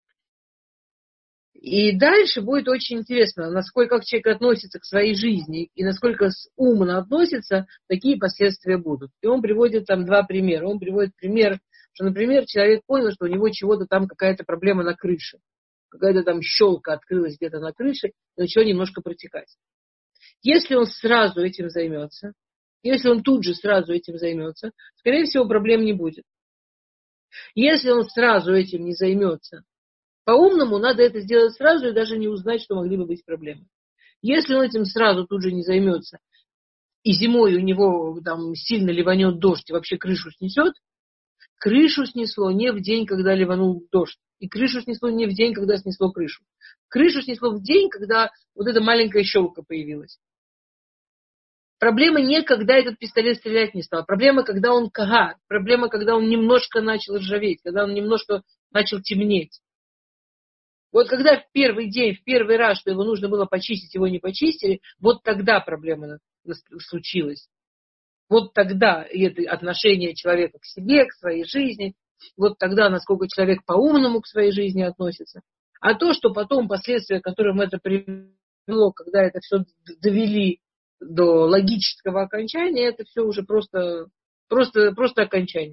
И дальше будет очень интересно, насколько как человек относится к своей жизни и насколько умно относится, такие последствия будут. И он приводит там два примера. Он приводит пример, что, например, человек понял, что у него чего-то там какая-то проблема на крыше. Какая-то там щелка открылась где-то на крыше и начала немножко протекать. Если он сразу этим займется, если он тут же сразу этим займется, скорее всего, проблем не будет. Если он сразу этим не займется, по-умному надо это сделать сразу и даже не узнать, что могли бы быть проблемы. Если он этим сразу тут же не займется, и зимой у него там сильно ливанет дождь и вообще крышу снесет, крышу снесло не в день, когда ливанул дождь. И крышу снесло не в день, когда снесло крышу. Крышу снесло в день, когда вот эта маленькая щелка появилась. Проблема не, когда этот пистолет стрелять не стал. Проблема, когда он кага. Проблема, когда он немножко начал ржаветь, когда он немножко начал темнеть. Вот когда в первый день, в первый раз, что его нужно было почистить, его не почистили, вот тогда проблема случилась. Вот тогда это отношение человека к себе, к своей жизни, вот тогда, насколько человек по-умному к своей жизни относится. А то, что потом последствия, к которым это привело, когда это все довели до логического окончания, это все уже просто окончание.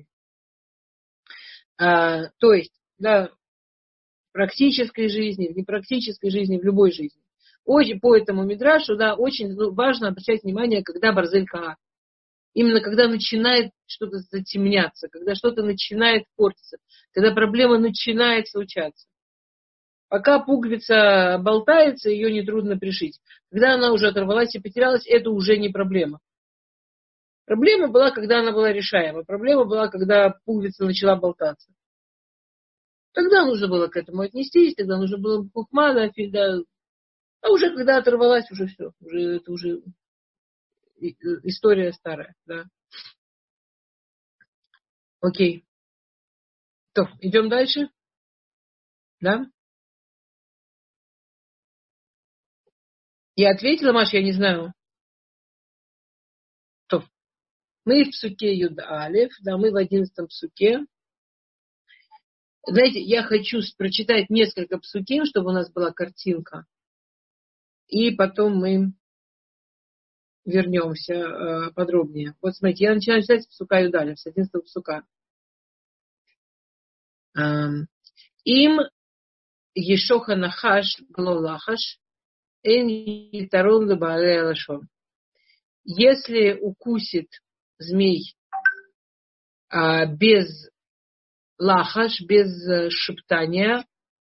То есть, да, в практической жизни, в непрактической жизни, в любой жизни. Очень, по этому мидрашу, да, очень важно обращать внимание, когда барзель каа. Именно когда начинает что-то затемняться, когда что-то начинает портиться, когда проблема начинает случаться. Пока пуговица болтается, ее нетрудно пришить. Когда она уже оторвалась и потерялась, это уже не проблема. Проблема была, когда она была решаема. Проблема была, когда пуговица начала болтаться. Тогда нужно было к этому отнестись, тогда нужно было хухма, да. А уже когда оторвалась, уже все. Это уже история старая. Да. Окей. То, идем дальше? Да? Я ответила, Маша, я не знаю. То, мы в псуке Юд Алеф, да, мы в 11 псуке. Знаете, я хочу прочитать несколько псуким, чтобы у нас была картинка. И потом мы вернемся подробнее. Вот смотрите, я начинаю читать с псука Юд Алеф, с 11 псука. Им Ешоха Нахаш Глолахаш Эн Йитарон Лебаале Алашон. Если укусит змей без лахаш, без шептания,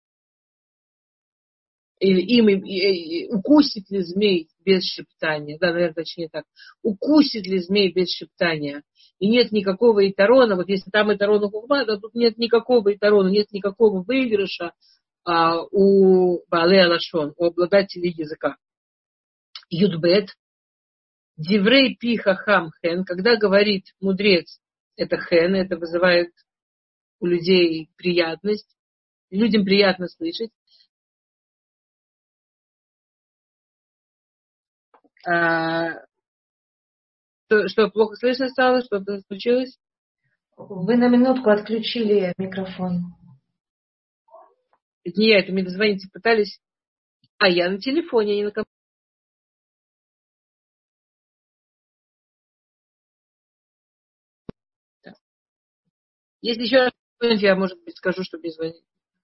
укусит ли змей без шептания, да, наверное, точнее так, укусит ли змей без шептания, и нет никакого итарона, вот если там итарона хухма, то тут нет никакого итарона, нет никакого выигрыша у Баале Алашон, у обладателей языка. Юдбет, Диврей пи хахам хен, когда говорит мудрец, это хен, это вызывает у людей приятность, людям приятно слышать. Что, плохо слышно стало? Что-то случилось? Вы на минутку отключили микрофон. Это не я, это мне дозвониться пытались. Я на телефоне, не на компьютере. Если еще раз звоните, я, может быть, скажу, чтобы не звонить.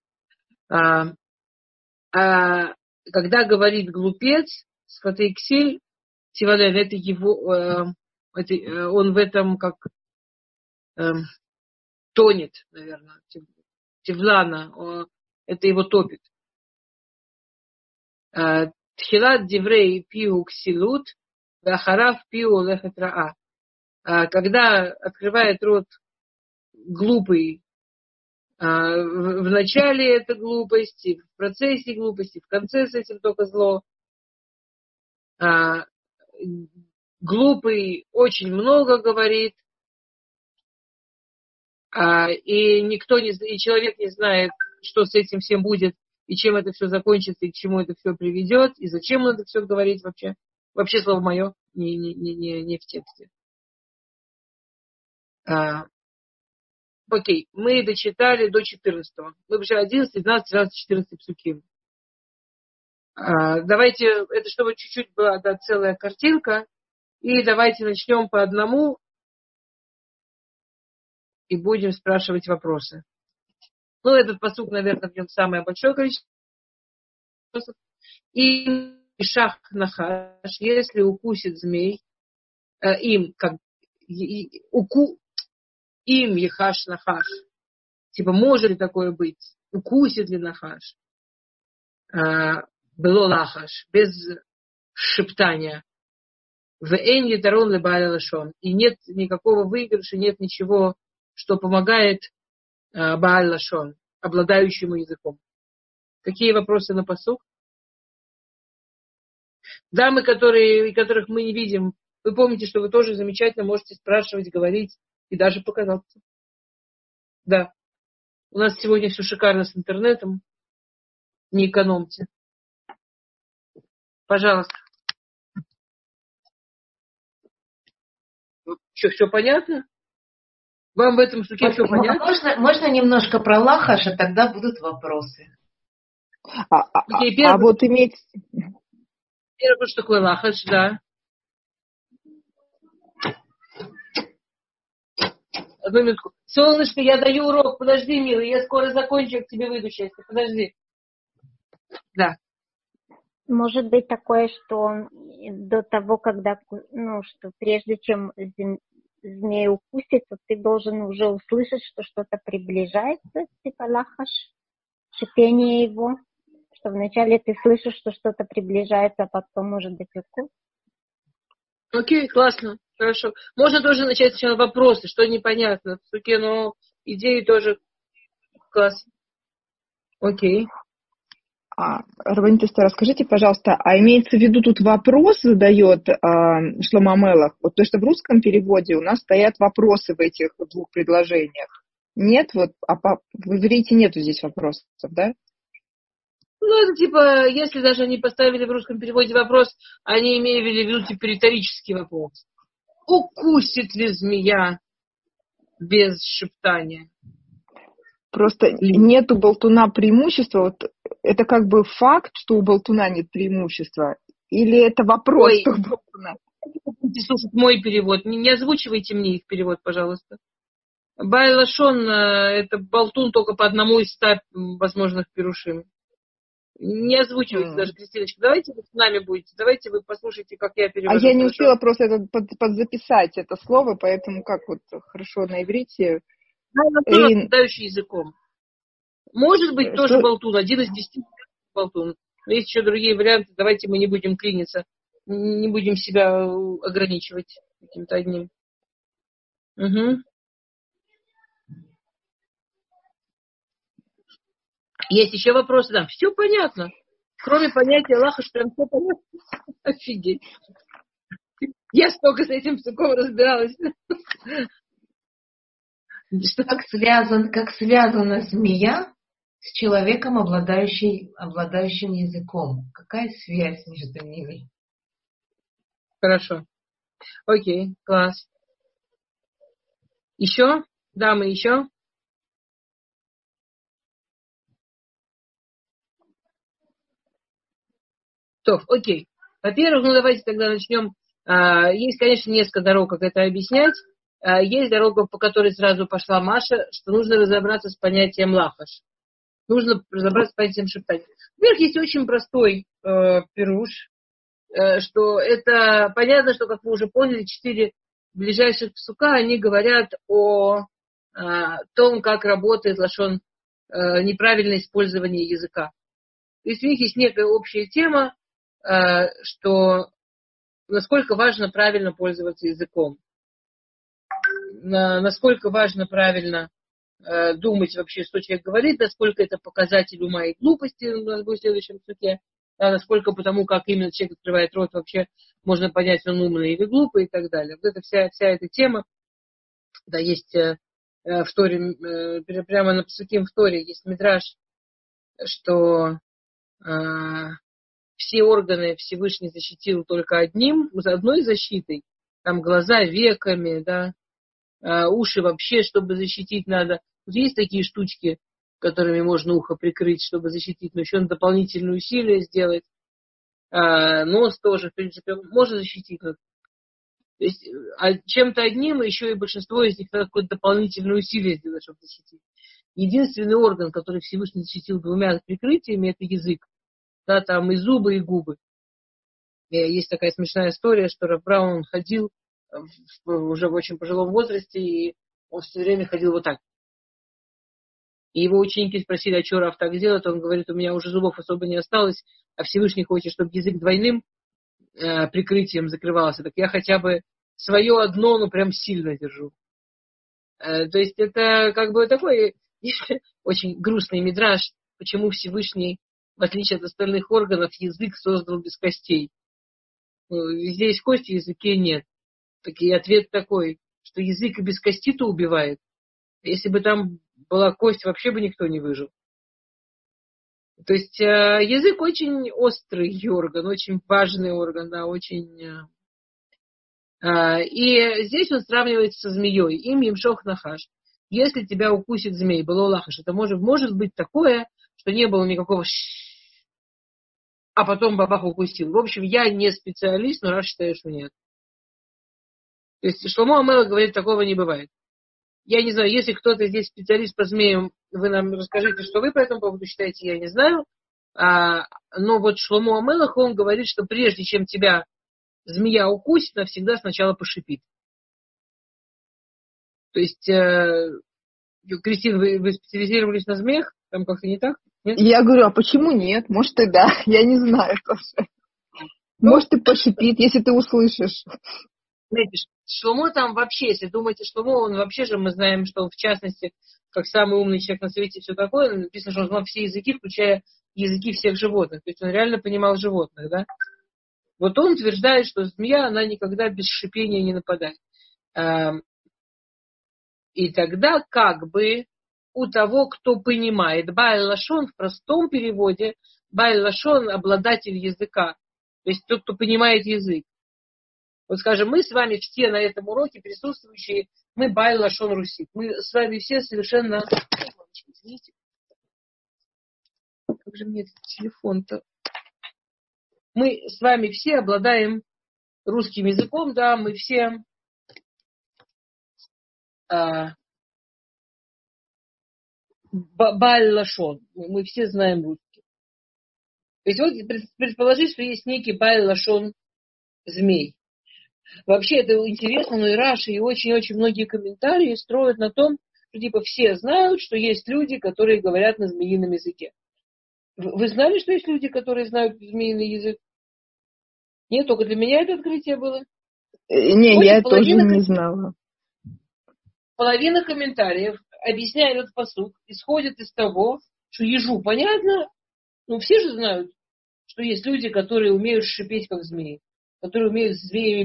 Когда говорит глупец, сфатейксиль, Тивален, это его, он в этом как тонет, наверное. Тивлана, это его топит. Тхилат диврей пиу ксилут, дахарав пиу лехет раа. Когда открывает рот глупый, в начале это глупости, в процессе глупости, в конце с этим только зло. Глупый очень много говорит, и никто не, и человек не знает, что с этим всем будет, и чем это все закончится, и к чему это все приведет, и зачем он это все говорить вообще. Вообще слово мое, не в тексте. Окей, мы дочитали до 14-го. Мы уже 11, 12, 13, 14 псуки. Давайте, это чтобы чуть-чуть была целая картинка, и давайте начнем по одному и будем спрашивать вопросы. Этот пасук, наверное, в нем самое большое количество вопросов. И шах нахаш, если укусит змей, им ехаш нахаш. Типа, может ли такое быть? Укусит ли нахаш? Было лахаш, без шептания. В эйн литарон лебаале лашон. И нет никакого выигрыша, нет ничего, что помогает бааль лашон, обладающему языком. Какие вопросы на пасук? Дамы, которых мы не видим, вы помните, что вы тоже замечательно можете спрашивать, говорить и даже показаться. Да. У нас сегодня все шикарно с интернетом. Не экономьте. Пожалуйста. Что, все понятно? Вам в этом штуке все понятно? Можно немножко про лахаша, тогда будут вопросы. Вот иметь... Первое, что такое лахаш, да. Одну минутку. Солнышко, я даю урок. Подожди, милый, я скоро закончу, я к тебе выйду, счастье. Подожди. Да. Может быть такое, что до того, когда, что прежде чем змей укусит, то ты должен уже услышать, что что-то приближается, типа лахаш, шипение его, что вначале ты слышишь, что что-то приближается, а потом может быть укус. Окей, классно, хорошо. Можно тоже начать сначала вопросы, что непонятно в суке, но идеи тоже классно. Окей. Рабанит Эстер, расскажите, пожалуйста, а имеется в виду тут вопрос задает Шломо Амелех? Вот то, что в русском переводе у нас стоят вопросы в этих двух предложениях. Нет, вот, в иврите нету здесь вопросов, да? Ну, это типа, если даже они поставили в русском переводе вопрос, они имели в виду типа риторический вопрос. Укусит ли змея без шептания? Просто нету болтуна преимущества. Вот это как бы факт, что у болтуна нет преимущества? Или это вопрос, что у болтуна? Слушайте мой перевод. Не озвучивайте мне их перевод, пожалуйста. Байлашон – это болтун только по одному из 100 возможных пирушим. Не озвучивайте даже, Кристиночка. Давайте вы с нами будете. Давайте вы послушайте, как я перевожу. А я не успела просто подзаписать это слово, поэтому как вот хорошо на иврите. Обладающий языком. Может быть, тоже болтун. 1 из 10 болтун. Но есть еще другие варианты. Давайте мы не будем клиниться. Не будем себя ограничивать каким-то одним. Угу. Есть еще вопросы? Да, все понятно. Кроме понятия Аллаха, что прям все понятно. Офигеть. Я столько с этим псуком разбиралась. Как связана змея с человеком, обладающим языком? Какая связь между ними? Хорошо. Окей, класс. Еще? Дамы, еще? То, окей. Во-первых, давайте тогда начнем. Есть, конечно, несколько дорог, как это объяснять. Есть дорога, по которой сразу пошла Маша, что нужно разобраться с понятием лахаш. Нужно разобраться с понятием шептания. Во-первых, есть очень простой пируш, что это понятно, что, как вы уже поняли, 4 ближайших псука, они говорят о том, как работает лашон, неправильное использование языка. То есть у них есть некая общая тема, что насколько важно правильно пользоваться языком, насколько важно правильно думать вообще, что человек говорит, насколько это показатель ума и глупости, у нас будет в следующем суке, насколько потому, как именно человек открывает рот, вообще можно понять, он умный или глупый и так далее. Вот это вся эта тема, да, есть в Торе, прямо на псуким в Торе есть мидраш, что все органы Всевышний защитил только одной защитой, там глаза веками, да, уши вообще, чтобы защитить надо. Вот есть такие штучки, которыми можно ухо прикрыть, чтобы защитить, но еще надо дополнительные усилия сделать. Нос тоже, в принципе, можно защитить. То есть, чем-то одним, еще и большинство из них надо какое-то дополнительное усилие сделать, чтобы защитить. Единственный орган, который Всевышний защитил 2 прикрытиями, это язык. Да, там и зубы, и губы. Есть такая смешная история, что Рав Браун ходил уже в очень пожилом возрасте, и он все время ходил вот так. И его ученики спросили, а что Рав так делает? Он говорит, у меня уже зубов особо не осталось, а Всевышний хочет, чтобы язык двойным прикрытием закрывался. Так я хотя бы свое одно, но прям сильно держу. То есть это как бы такой очень грустный мидраш, почему Всевышний, в отличие от остальных органов, язык создал без костей. Везде есть кости, в языке нет. Так и ответ такой, что язык и без кости-то убивает. Если бы там была кость, вообще бы никто не выжил. То есть язык очень острый орган, очень важный орган, да, очень... И здесь он сравнивается со змеей. Им емшох нахаш. Если тебя укусит змей, было лахаш, это может быть такое, что не было никакого а потом бабах укусил. В общем, я не специалист, но раз считаю, что нет. То есть Шломо Амелех говорит, такого не бывает. Я не знаю, если кто-то здесь специалист по змеям, вы нам расскажите, что вы по этому поводу считаете, я не знаю. Но вот Шломо Амелах, он говорит, что прежде чем тебя змея укусит, она всегда сначала пошипит. То есть, Кристина, вы специализировались на змеях? Там как-то не так? Нет? Я говорю, а почему нет? Может, и да, я не знаю тоже. Может, и пошипит, если ты услышишь. Знаете, Шломо там вообще, если думаете, Шломо, он вообще же, мы знаем, что он в частности, как самый умный человек на свете и все такое, написано, что он знал все языки, включая языки всех животных. То есть он реально понимал животных, да? Вот он утверждает, что змея, она никогда без шипения не нападает. И тогда как бы у того, кто понимает, Бааль Лашон в простом переводе, Бааль Лашон обладатель языка, то есть тот, кто понимает язык. Вот скажем, мы с вами все на этом уроке присутствующие, мы Бааль Лашон Русик. Мы с вами все совершенно... Извините. Как же мне этот телефон-то? Мы с вами все обладаем русским языком, да, мы все Бааль Лашон. Мы все знаем русский. То есть вот предположить, что есть некий Бааль Лашон змей. Вообще это интересно, но и Раши, и очень-очень многие комментарии строят на том, что типа все знают, что есть люди, которые говорят на змеином языке. Вы знали, что есть люди, которые знают змеиный язык? Нет, только для меня это открытие было. Не, я тоже не знала. Половина комментариев, объясняя этот пасук, исходит из того, что ежу понятно, ну все же знают, что есть люди, которые умеют шипеть, как змеи, которые умеют с змеями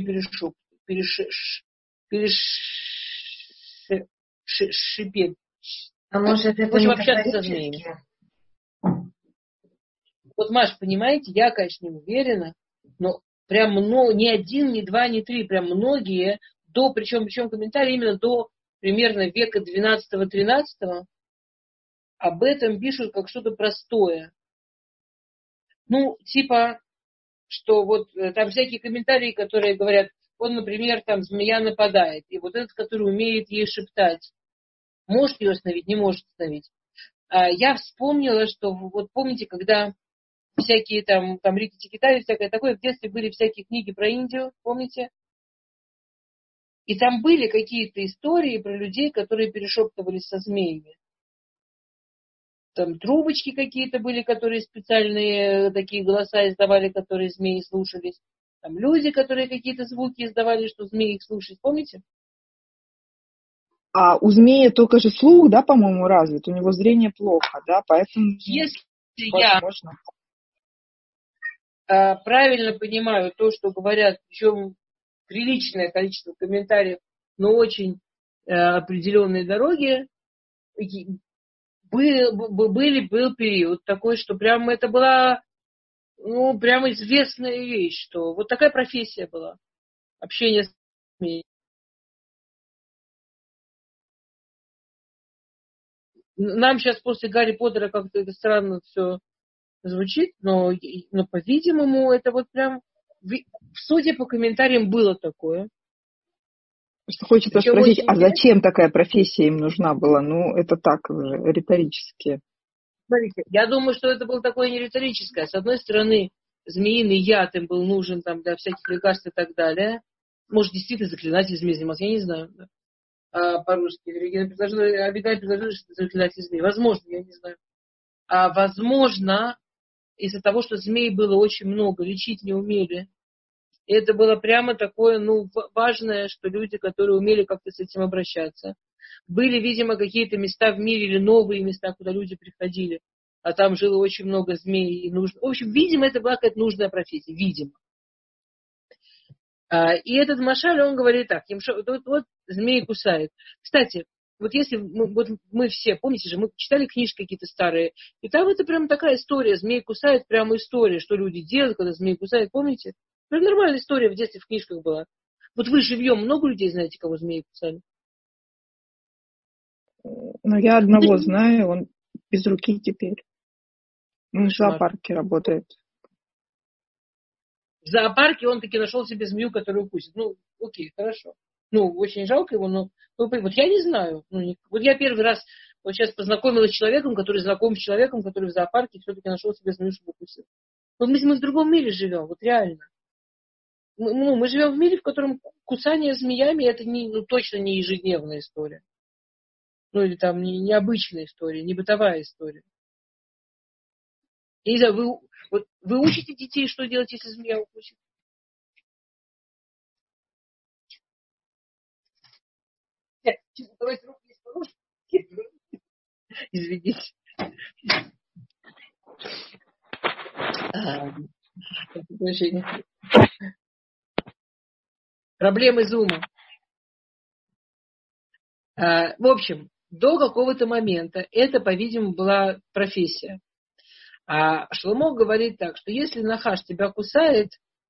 шипеть. А может, это в общем, общаться со змеями. Вот, Маш, понимаете, я, конечно, не уверена, но прям ни один, ни два, ни три, прям многие, причем комментарии именно до примерно века 12-13 об этом пишут как что-то простое. Ну, типа, что вот там всякие комментарии, которые говорят, вот, например, там змея нападает, и вот этот, который умеет ей шептать, может ее остановить, не может остановить. Я вспомнила, что вот помните, когда всякие там Рикки-Тикки-Тави, всякое такое, в детстве были всякие книги про Индию, помните? И там были какие-то истории про людей, которые перешептывались со змеями. Там трубочки какие-то были, которые специальные такие голоса издавали, которые змеи слушались. Там люди, которые какие-то звуки издавали, что змеи их слушают. Помните? А у змеи только же слух, да, по-моему, развит. У него зрение плохо, да, поэтому... Если возможно. Я правильно понимаю то, что говорят, причем приличное количество комментариев, но очень определенные дороги, был период такой, что прям это была, ну, прям известная вещь, что вот такая профессия была. Общение с змеей. Нам сейчас после Гарри Поттера как-то это странно все звучит, но по-видимому, это вот прям, судя по комментариям, было такое. Что хочется спросить, а зачем такая профессия им нужна была? Ну, это так уже, риторически. Смотрите, я думаю, что это было такое не риторическое. С одной стороны, змеиный яд им был нужен там, для всяких лекарств и так далее. Может, действительно заклинатель змей занимался, я не знаю. Да. По-русски. Регина предложила, что заклинатель змей. Возможно, я не знаю. Возможно, из-за того, что змей было очень много, лечить не умели. И это было прямо такое, ну, важное, что люди, которые умели как-то с этим обращаться. Были, видимо, какие-то места в мире или новые места, куда люди приходили, а там жило очень много змей. И нужно... В общем, видимо, это была какая-то нужная профессия. Видимо. И этот Машаль, он говорит так, вот змеи кусают. Кстати, вот если мы все, помните же, мы читали книжки какие-то старые, и там это прям такая история, змеи кусают, прямо история, что люди делают, когда змеи кусают, помните? Прям нормальная история в детстве в книжках была. Вот вы живьем, много людей знаете, кого змеи кусали? Ну, я одного знаю, он без руки теперь. Он в зоопарке работает. В зоопарке он таки нашел себе змею, которую укусит. Ну, окей, хорошо. Ну, очень жалко его, но вот я не знаю. Вот я первый раз Вот сейчас познакомилась с человеком, который знаком с человеком, который в зоопарке все-таки нашел себе змею, чтобы укусил. Но мы в другом мире живем, вот реально. Мы живем в мире, в котором кусание змеями это точно не ежедневная история. Ну или там не обычная история, не бытовая история. Я не знаю, вы учите детей, что делать, если змея укусит? Давайте руки из подушки. Извините. Проблемы зума. В общем, до какого-то момента это, по-видимому, была профессия. А Шломо говорит так, что если нахаш тебя кусает,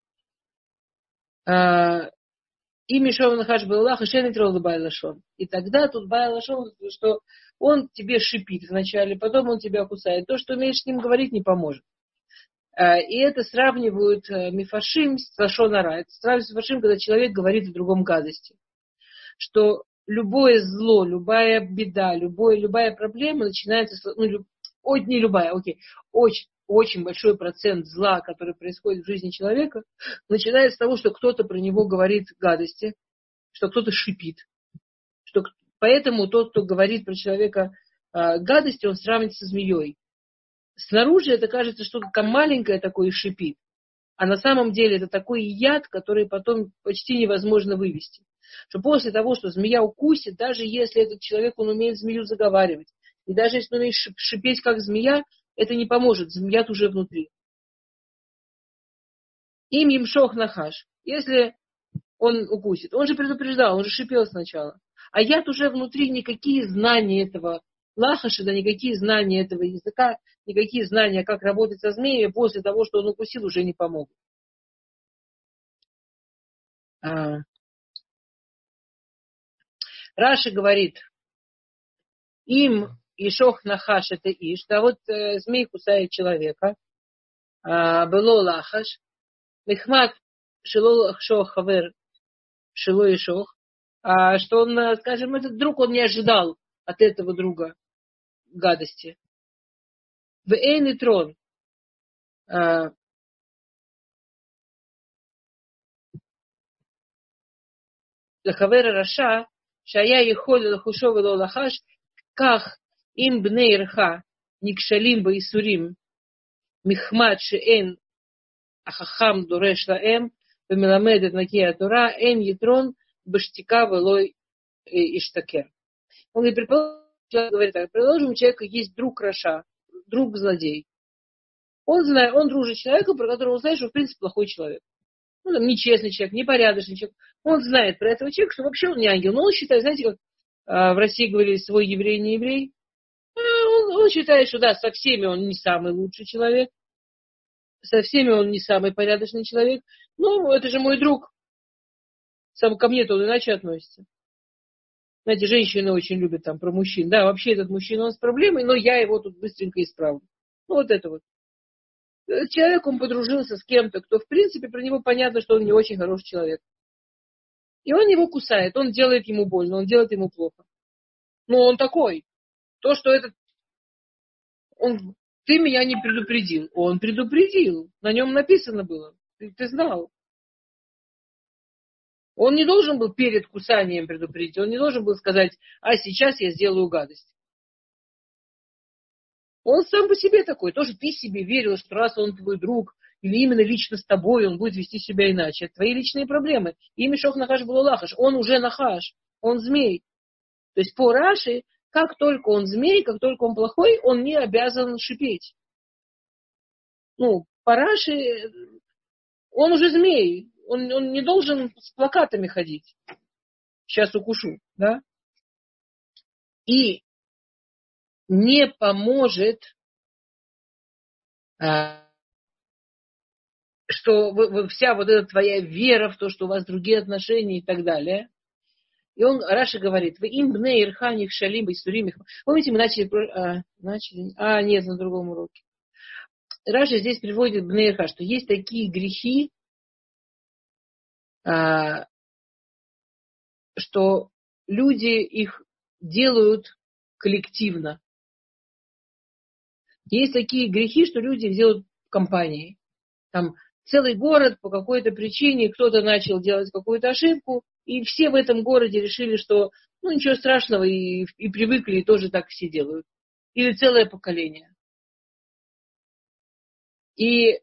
и Мишов нахаш был Аллах, и шен итрол байлашон. И тогда тут байлашон, что он тебе шипит вначале, потом он тебя кусает. То, что умеешь с ним говорить, не поможет. И это сравнивают мифашим с лашон-ара. Это сравнивают с мифашим, когда человек говорит о другом гадости. Что любое зло, любая беда, любая проблема начинается с... не любая, очень большой процент зла, который происходит в жизни человека, начинается с того, что кто-то про него говорит гадости, что кто-то шипит. Поэтому тот, кто говорит про человека гадости, он сравнивается со змеей. Снаружи это кажется что-то маленькое такое и шипит. А на самом деле это такой яд, который потом почти невозможно вывести. Что после того, что змея укусит, даже если этот человек, он умеет змею заговаривать, и даже если он умеет шипеть как змея, это не поможет, змея уже внутри. Им емшох нахаш. Если он укусит, он же предупреждал, он же шипел сначала. А яд уже внутри, никакие знания этого лахаша, да никакие знания этого языка, никакие знания, как работать со змеей, после того, что он укусил, уже не помогут. Раши говорит, им ишох нахаш это иш, да вот змей кусает человека, было лахаш, михмат шило лахшох хавер шило ишох, что он, скажем, этот друг, он не ожидал от этого друга гадости. В эйн трон лахавера раша, шая ехоль лахушов и лахаш, ках им бней рха никшалим баисурим, михмат шеэн ахахам дуреш лаэм, вемеламедет накия тура, эн ятрон баштика велой иштакер. Он говорит так, предположим, у человека есть друг Раша, друг злодей. Он дружит с человеком, про которого он знает, что в принципе плохой человек. Ну, там, нечестный человек, непорядочный человек. Он знает про этого человека, что вообще он не ангел. Но он считает, знаете, как в России говорили, свой еврей, не еврей. Он считает, что да, со всеми он не самый лучший человек. Со всеми он не самый порядочный человек. Ну, это же мой друг. Сам ко мне-то он иначе относится. Знаете, женщины очень любят там про мужчин. Да, вообще этот мужчина, он с проблемой, но я его тут быстренько исправлю. Ну, вот это вот. Человек, он подружился с кем-то, кто, в принципе, про него понятно, что он не очень хороший человек. И он его кусает, он делает ему больно, он делает ему плохо. Но он такой. То, что этот... Ты меня не предупредил. Он предупредил. На нем написано было. Ты знал. Он не должен был перед кусанием предупредить. Он не должен был сказать, сейчас я сделаю гадость. Он сам по себе такой. Тоже ты себе верил, что раз он твой друг, или именно лично с тобой, он будет вести себя иначе. Это твои личные проблемы. И Мишох Нахаш был Лахаш. Он уже Нахаш. Он змей. То есть по Раши, как только он змей, как только он плохой, он не обязан шипеть. Ну, по Раши, он уже змей. Он не должен с плакатами ходить. Сейчас укушу, да? И не поможет, что вся вот эта твоя вера в то, что у вас другие отношения и так далее. И Раши говорит, вы им бней ирханих шалим бейсурим. Помните, мы начали? Нет, на другом уроке. Раши здесь приводит бней ирха, что есть такие грехи, что люди их делают коллективно. Есть такие грехи, что люди делают в компании. Там целый город по какой-то причине, кто-то начал делать какую-то ошибку, и все в этом городе решили, что ну ничего страшного, и привыкли, и тоже так все делают. Или целое поколение. И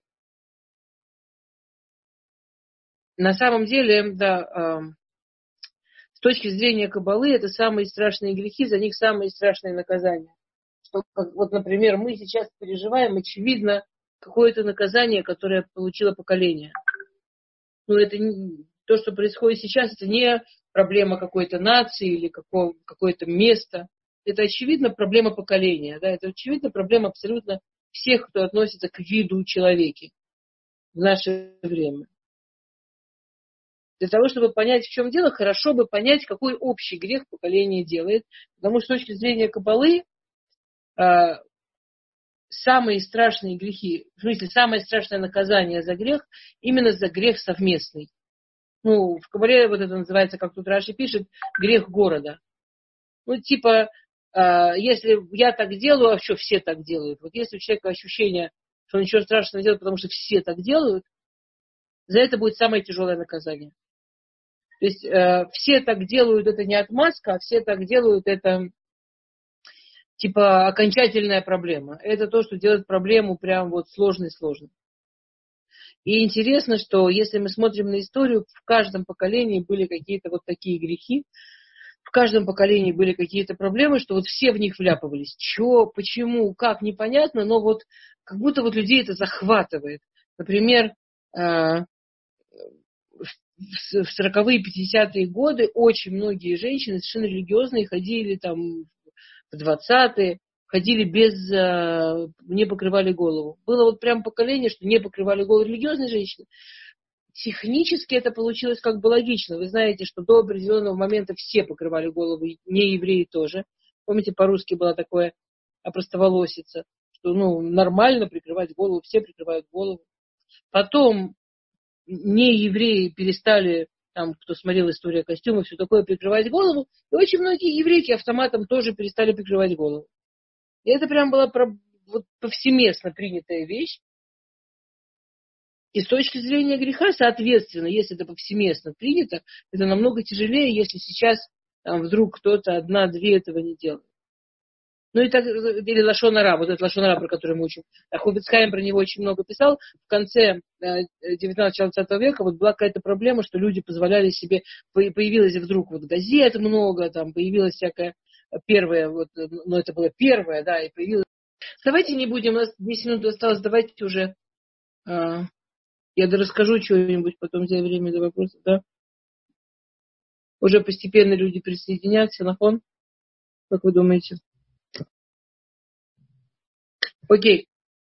на самом деле, да, с точки зрения Каббалы, это самые страшные грехи, за них самые страшные наказания. Что, вот, например, мы сейчас переживаем, очевидно, какое-то наказание, которое получило поколение. Ну, это то, что происходит сейчас, это не проблема какой-то нации или какое-то места. Это, очевидно, проблема поколения. Да? Это, очевидно, проблема абсолютно всех, кто относится к виду человека в наше время. Для того, чтобы понять, в чем дело, хорошо бы понять, какой общий грех поколение делает. Потому что с точки зрения Каббалы самые страшные грехи, в смысле, самое страшное наказание за грех, именно за грех совместный. Ну, в Кабале вот это называется, как тут Раши пишет, грех города. Ну, типа, если я так делаю, а что все так делают? Вот если у человека ощущение, что он ничего страшного не делает, потому что все так делают, за это будет самое тяжелое наказание. То есть все так делают, это не отмазка, а все так делают, это типа окончательная проблема. Это то, что делает проблему прям вот сложной-сложной. И интересно, что если мы смотрим на историю, в каждом поколении были какие-то вот такие грехи, в каждом поколении были какие-то проблемы, что вот все в них вляпывались. Чего, почему, как, непонятно, но вот как будто вот людей это захватывает. Например, в 40-е, 50-е годы очень многие женщины совершенно религиозные ходили там в 20-е, ходили не покрывали голову. Было вот прям поколение, что не покрывали голову религиозные женщины. Технически это получилось как бы логично. Вы знаете, что до определенного момента все покрывали голову, не евреи тоже. Помните, по-русски было такое опростоволосица, что ну, нормально прикрывать голову, все прикрывают голову. Потом не евреи перестали, там, кто смотрел «История костюма», все такое, прикрывать голову. И очень многие еврейки автоматом тоже перестали прикрывать голову. И это прям была вот, повсеместно принятая вещь. И с точки зрения греха, соответственно, если это повсеместно принято, это намного тяжелее, если сейчас там, вдруг кто-то одна-две этого не делает. Ну и так, или лашон ара, вот этот лашон ара, про который мы учим. Хофец Хаим про него очень много писал. В конце 19-20 века вот была какая-то проблема, что люди позволяли себе, появилось вдруг вот газет много, там появилась всякая первая, вот, но это было первое, да, и появилось. Давайте не будем, у нас 10 минут осталось, давайте уже, я расскажу что-нибудь, потом взять время для вопросов, да. Уже постепенно люди присоединятся, нахон, как вы думаете? Окей.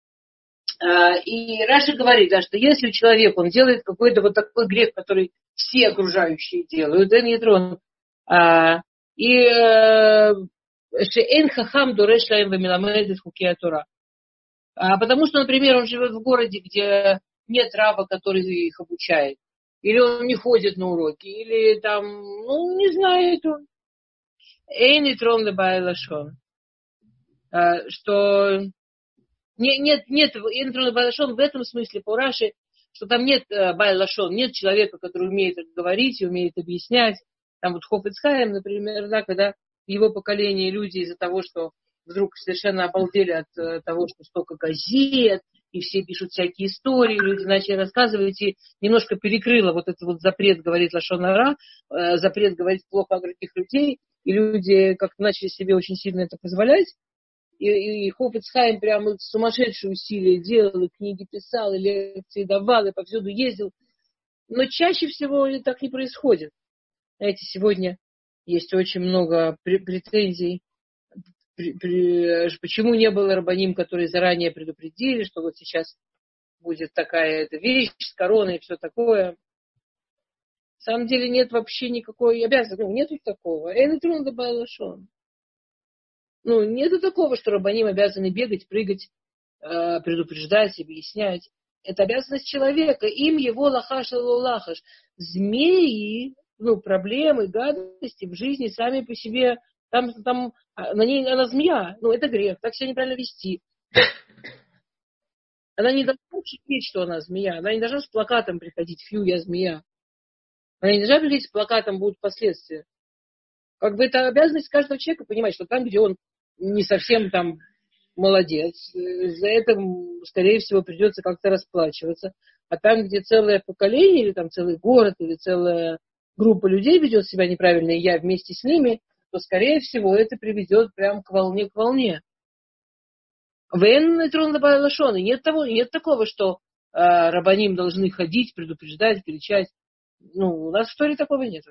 И Раши говорит, да, что если человек, он делает какой-то вот такой грех, который все окружающие делают, да, нетрон, и шеэн хахам дореш лаем вамиламедет хукея Тора. Потому что, например, он живет в городе, где нет раба, который их обучает. Или он не ходит на уроки, или там, ну, не знает он. Эйн и трон лебай лашон. Что нет эйн лебай лашон в этом смысле по Раши, что там нет бай лашон, нет человека, который умеет говорить и умеет объяснять. Там вот Хофец Хаим, например, да, когда в его поколении люди из-за того, что вдруг совершенно обалдели от того, что столько газет, и все пишут всякие истории, люди начали рассказывать, и немножко перекрыло вот этот вот запрет говорить лашон ара, запрет говорить плохо о других людей, и люди как-то начали себе очень сильно это позволять. И Хофец Хаим прямо сумасшедшие усилия делал, и книги писал, и лекции давал, и повсюду ездил. Но чаще всего так не происходит. Знаете, сегодня есть очень много претензий. Почему не было рабаним, которые заранее предупредили, что вот сейчас будет такая эта вещь с короной и все такое. На самом деле нет вообще никакой обязанности. Ну, нету такого. Ну, нету такого, что рабаним обязаны бегать, прыгать, предупреждать, объяснять. Это обязанность человека. Им его лахаш лахаш. Змеи, ну, проблемы, гадости в жизни сами по себе Там на ней она змея, ну это грех, так себя неправильно вести. Она не должна шипеть, что она змея, она не должна с плакатом приходить, фью, я змея. Она не должна приходить с плакатом, будут последствия. Как бы это обязанность каждого человека понимать, что там, где он не совсем там молодец, за это, скорее всего, придется как-то расплачиваться. А там, где целое поколение, или там целый город, или целая группа людей ведет себя неправильно, и я вместе с ними, то, скорее всего, это приведет прям к волне, к волне. Нет такого, что рабаним должны ходить, предупреждать, кричать. Ну, у нас в истории такого нет.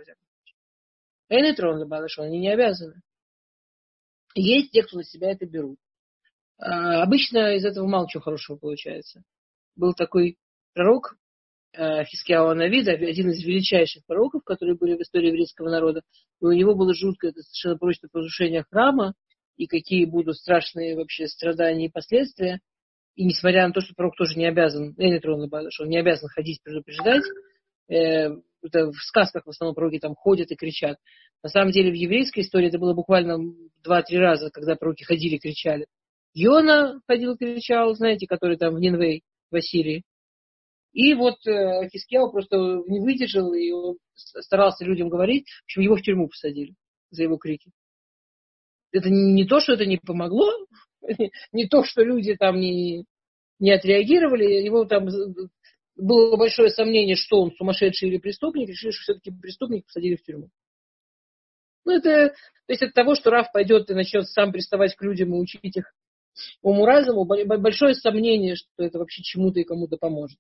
Они не обязаны. Есть те, кто на себя это берут. Обычно из этого мало чего хорошего получается. Был такой пророк Хискияу Нави, один из величайших пророков, которые были в истории еврейского народа. И у него было жуткое, совершенно прочное разрушение храма, и какие будут страшные вообще страдания и последствия. И несмотря на то, что пророк тоже не обязан, он не обязан ходить, предупреждать, это в сказках в основном пророки там ходят и кричат. На самом деле в еврейской истории это было буквально 2-3 раза, когда пророки ходили и кричали. Йона ходил и кричал, знаете, который там в Нинвей, в Ассирии. И вот Хискияу просто не выдержал, и он старался людям говорить. В общем, его в тюрьму посадили за его крики. Это не то, что это не помогло, не то, что люди там не отреагировали. Его там было большое сомнение, что он сумасшедший или преступник. Решили, что все-таки преступник, посадили в тюрьму. Ну, это, то есть от того, что Рав пойдет и начнет сам приставать к людям и учить их уму-разуму, большое сомнение, что это вообще чему-то и кому-то поможет.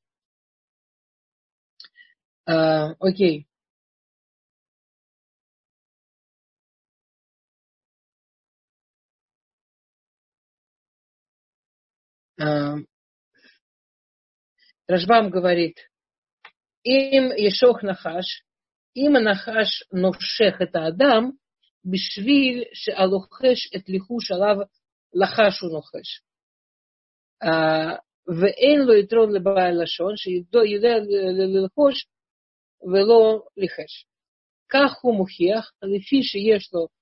Окей. Рашбам говорит, им ешох нахаш, им нахаш новшех это Адам, бишвиль шеалохеш эт лихуш алав лахашу нохеш. ואין לו יתרון לבעל לשון, שיודע ללחוש ולא ליחש. כך הוא מוכיח, לפי שיש לו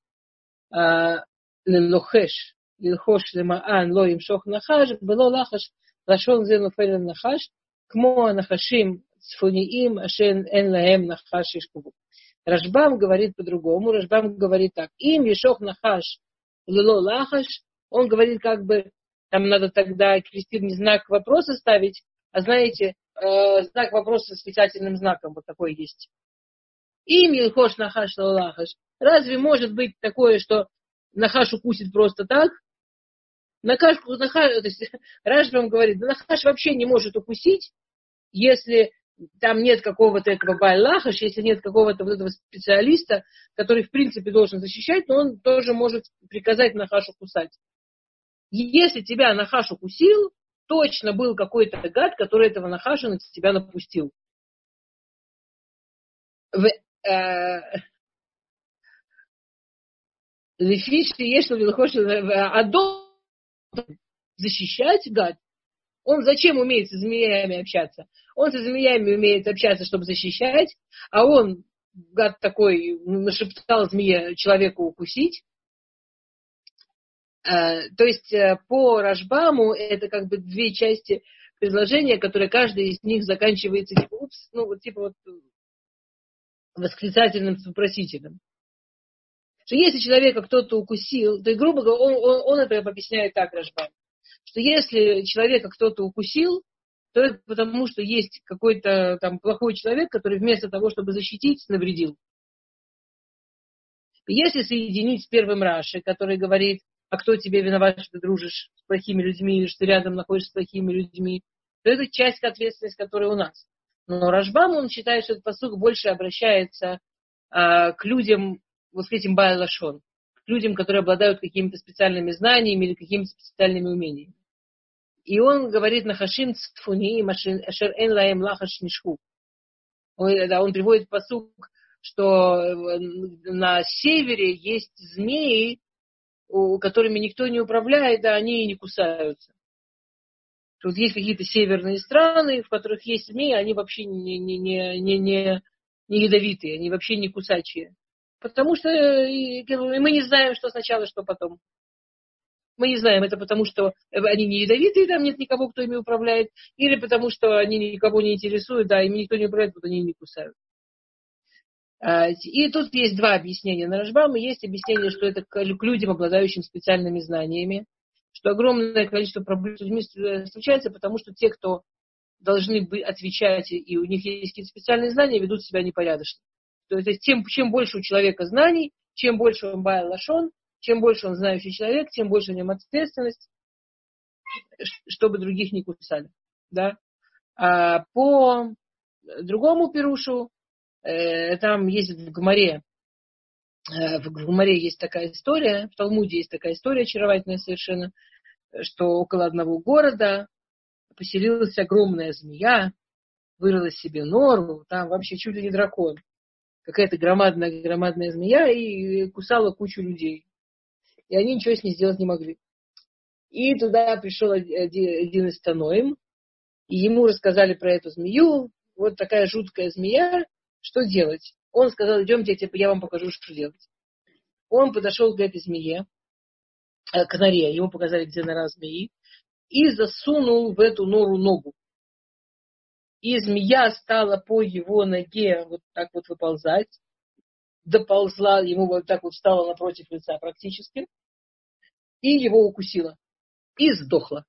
ללחוש למען לא ימשוך נחש, ולא לחש לשון זה נופל לנחש, כמו הנחשים צפוניים, אשר אין להם נחש ישכבו. Рашбам говорит по-другому. Рашбам говорит так. Им ешох нахаш лило лахаш. Он говорит как бы, там надо тогда крестильный знак вопроса ставить, а знаете, знак вопроса с восклицательным знаком, вот такой есть. Им ешох нахаш лило лахаш. Разве может быть такое, что нахаш укусит просто так? Рашбам говорит, нахаш вообще не может укусить, если там нет какого-то этого байлахаш, если нет какого-то вот этого специалиста, который в принципе должен защищать, но он тоже может приказать нахашу кусать. Если тебя нахаш укусил, точно был какой-то гад, который этого нахаша на тебя напустил. Защищать гад. Он зачем умеет со змеями общаться? Он со змеями умеет общаться, чтобы защищать, а он, гад такой, нашептал змее человеку укусить. То есть по Рашбаму это как бы две части предложения, которые каждая из них заканчивается типа восклицательным, вопросительным. Что если человека кто-то укусил, то, грубо говоря, он это объясняет так, Рашбам, что если человека кто-то укусил, то это потому, что есть какой-то там плохой человек, который вместо того, чтобы защитить, навредил. Если соединить с первым Раши, который говорит, а кто тебе виноват, что ты дружишь с плохими людьми, или что ты рядом находишься с плохими людьми, то это часть ответственности, которая у нас. Но Рашбам, он считает, что этот пасук больше обращается к людям, вот к этим баал лашон, к людям, которые обладают какими-то специальными знаниями или какими-то специальными умениями. И он говорит нахашим цфуниим ашер эн лаэм лахаш нишху. Он приводит пасук, что на севере есть змеи, которыми никто не управляет, а они и не кусаются. Вот есть какие-то северные страны, в которых есть змеи, они вообще не ядовитые, они вообще не кусачие. Потому что мы не знаем, что сначала, что потом. Мы не знаем, это потому, что они не ядовитые, там нет никого, кто ими управляет, или потому, что они никого не интересуют, да, ими никто не управляет, вот они не кусают. И тут есть два объяснения на Рашбам. Есть объяснение, что это к людям, обладающим специальными знаниями, что огромное количество проблем с людьми случается, потому что те, кто должны отвечать, и у них есть какие-то специальные знания, ведут себя непорядочно. То есть чем больше у человека знаний, чем больше он байл лашон, чем больше он знающий человек, тем больше в нем ответственность, чтобы других не кусали. Да? А по другому пирушу, там есть в Гемаре есть такая история, в Талмуде есть такая история очаровательная совершенно, что около одного города поселилась огромная змея, вырыла себе нору, там вообще чуть ли не дракон. Какая-то громадная змея и кусала кучу людей. И они ничего с ней сделать не могли. И туда пришел один из таноим, и ему рассказали про эту змею. Вот такая жуткая змея, что делать? Он сказал, идемте, я вам покажу, что делать. Он подошел к этой змее, к норе, ему показали, где нора змеи, и засунул в эту нору ногу. И змея стала по его ноге вот так вот выползать, доползла, ему вот так вот встала напротив лица практически, и его укусила. И сдохла.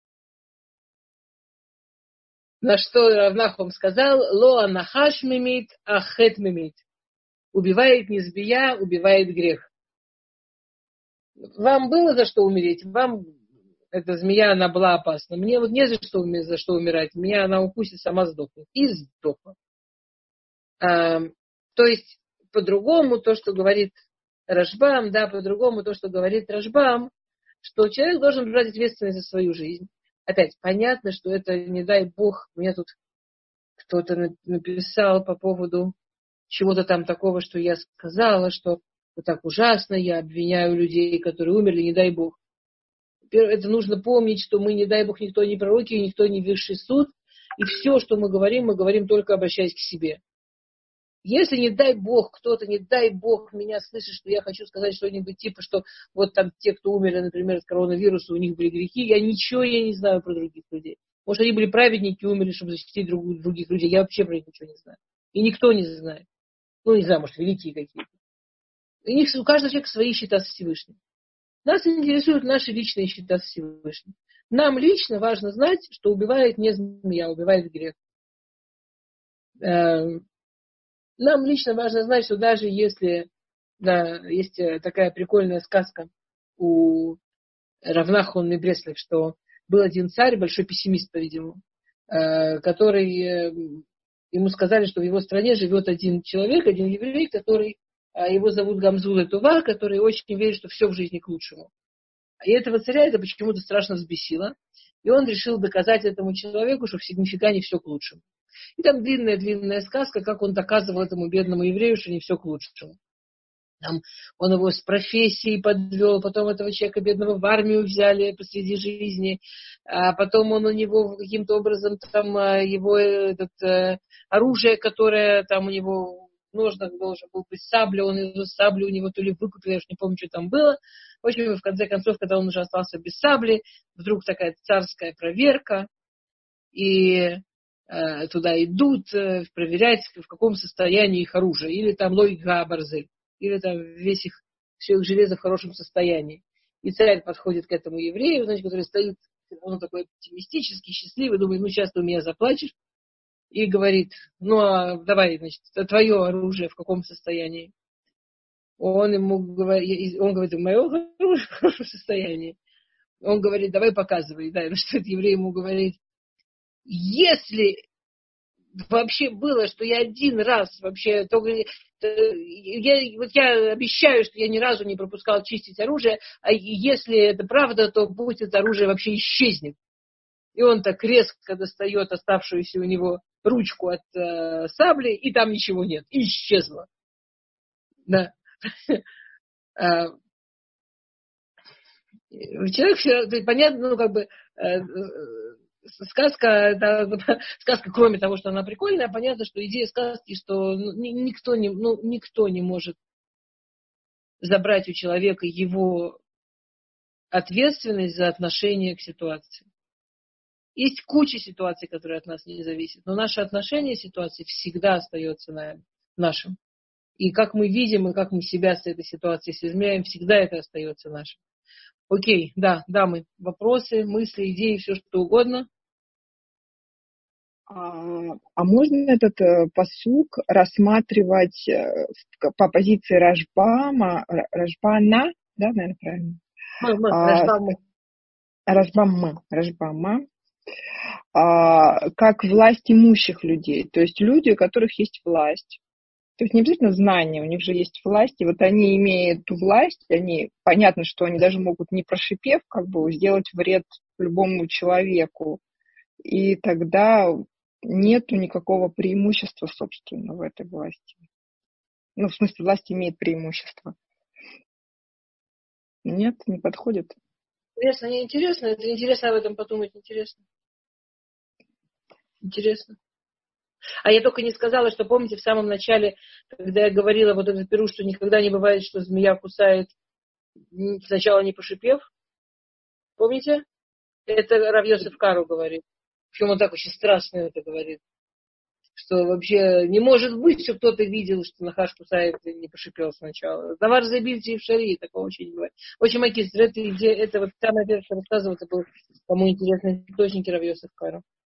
На что Рав Нахум сказал, ло нахаш мимит, а хет мимит. Убивает не змея, убивает грех. Вам было за что умереть? Вам эта змея, она была опасна. Мне вот не за что умирать. Меня она укусит, сама сдохнет. И сдохла. То есть, по-другому то, что говорит Рашбам, да, по-другому то, что говорит Рашбам, что человек должен брать ответственность за свою жизнь. Опять, понятно, что это, не дай бог, мне тут кто-то написал по поводу чего-то там такого, что я сказала, что вот так ужасно, я обвиняю людей, которые умерли, не дай бог. Это нужно помнить, что мы, не дай бог, никто не пророки, никто не высший суд, и все, что мы говорим только обращаясь к себе. Если, не дай бог, кто-то, не дай бог, меня слышит, что я хочу сказать что-нибудь типа, что вот там те, кто умерли, например, от коронавируса, у них были грехи, я ничего не знаю про других людей. Может, они были праведники, умерли, чтобы защитить других людей. Я вообще про них ничего не знаю. И никто не знает. Ну, не знаю, может, великие какие-то. У каждого человека свои счета с Всевышним. Нас интересуют наши личные счета с Всевышним. Нам лично важно знать, что убивает не змея, убивает грех. Нам лично важно знать, что даже если, да, есть такая прикольная сказка у Рав Нахум Мибреслев, что был один царь, большой пессимист, по-видимому, который, ему сказали, что в его стране живет один человек, один еврей, который, его зовут Гамзул Тува, который очень верит, что все в жизни к лучшему. И этого царя это почему-то страшно взбесило. И он решил доказать этому человеку, что нифига не все к лучшему. И там длинная сказка, как он доказывал этому бедному еврею, что не все к лучшему. Там он его с профессией подвел, потом этого человека бедного в армию взяли посреди жизни, а потом он у него каким-то образом там его оружие, которое там у него в ножнах должен был быть сабля, он эту саблю у него то ли выкупил, я уж не помню, что там было. В общем, в конце концов, когда он уже остался без сабли, вдруг такая царская проверка, и туда идут проверять, в каком состоянии их оружие, или там лойга барзель, или там все их железо в хорошем состоянии. И царь подходит к этому еврею, значит, который стоит, он такой оптимистический, счастливый, думает, ну сейчас ты у меня заплачешь, и говорит, ну а давай, значит, твое оружие в каком состоянии? Он говорит, мое оружие в хорошем состоянии. Он говорит, давай показывай, да, на что этот еврей ему говорит, если вообще было, что я один раз вообще, я обещаю, что я ни разу не пропускал чистить оружие, а если это правда, то пусть это оружие вообще исчезнет. И он так резко достает оставшуюся у него ручку от сабли, и там ничего нет, и исчезло. Да. Человек все, понятно, ну как бы сказка, кроме того, что она прикольная, понятно, что идея сказки, что никто не может забрать у человека его ответственность за отношение к ситуации. Есть куча ситуаций, которые от нас не зависят, но наше отношение к ситуации всегда остается нашим. И как мы видим, и как мы себя с этой ситуацией соизмеряем, всегда это остается нашим. Окей, да, дамы, вопросы, мысли, идеи, все что угодно. А можно этот пасук рассматривать по позиции Рашбама, Рашбана, да, наверное, правильно? Рашбама, как власть имущих людей, то есть люди, у которых есть власть. То есть не обязательно знания, у них же есть власть, и вот они, имея эту власть, понятно, что они даже могут, не прошипев, как бы сделать вред любому человеку, и тогда нету никакого преимущества, собственно, в этой власти. Ну, в смысле, власть имеет преимущество. Нет, не подходит. Интересно, не интересно? Это интересно об этом подумать, интересно. Интересно. А я только не сказала, что, помните, в самом начале, когда я говорила вот этот пируш, что никогда не бывает, что змея кусает, сначала не пошипев. Помните? Это Рав Йосеф Кару говорит. Причем он так очень страшно это говорит. Что вообще не может быть, что кто-то видел, что Нахаш кусает и не пошипел сначала. Давар забильте и в шари, такого вообще не бывает. Очень макис, это вот самое первое, что рассказывал, это был, кому интересно, источники Рав Йосеф Кару.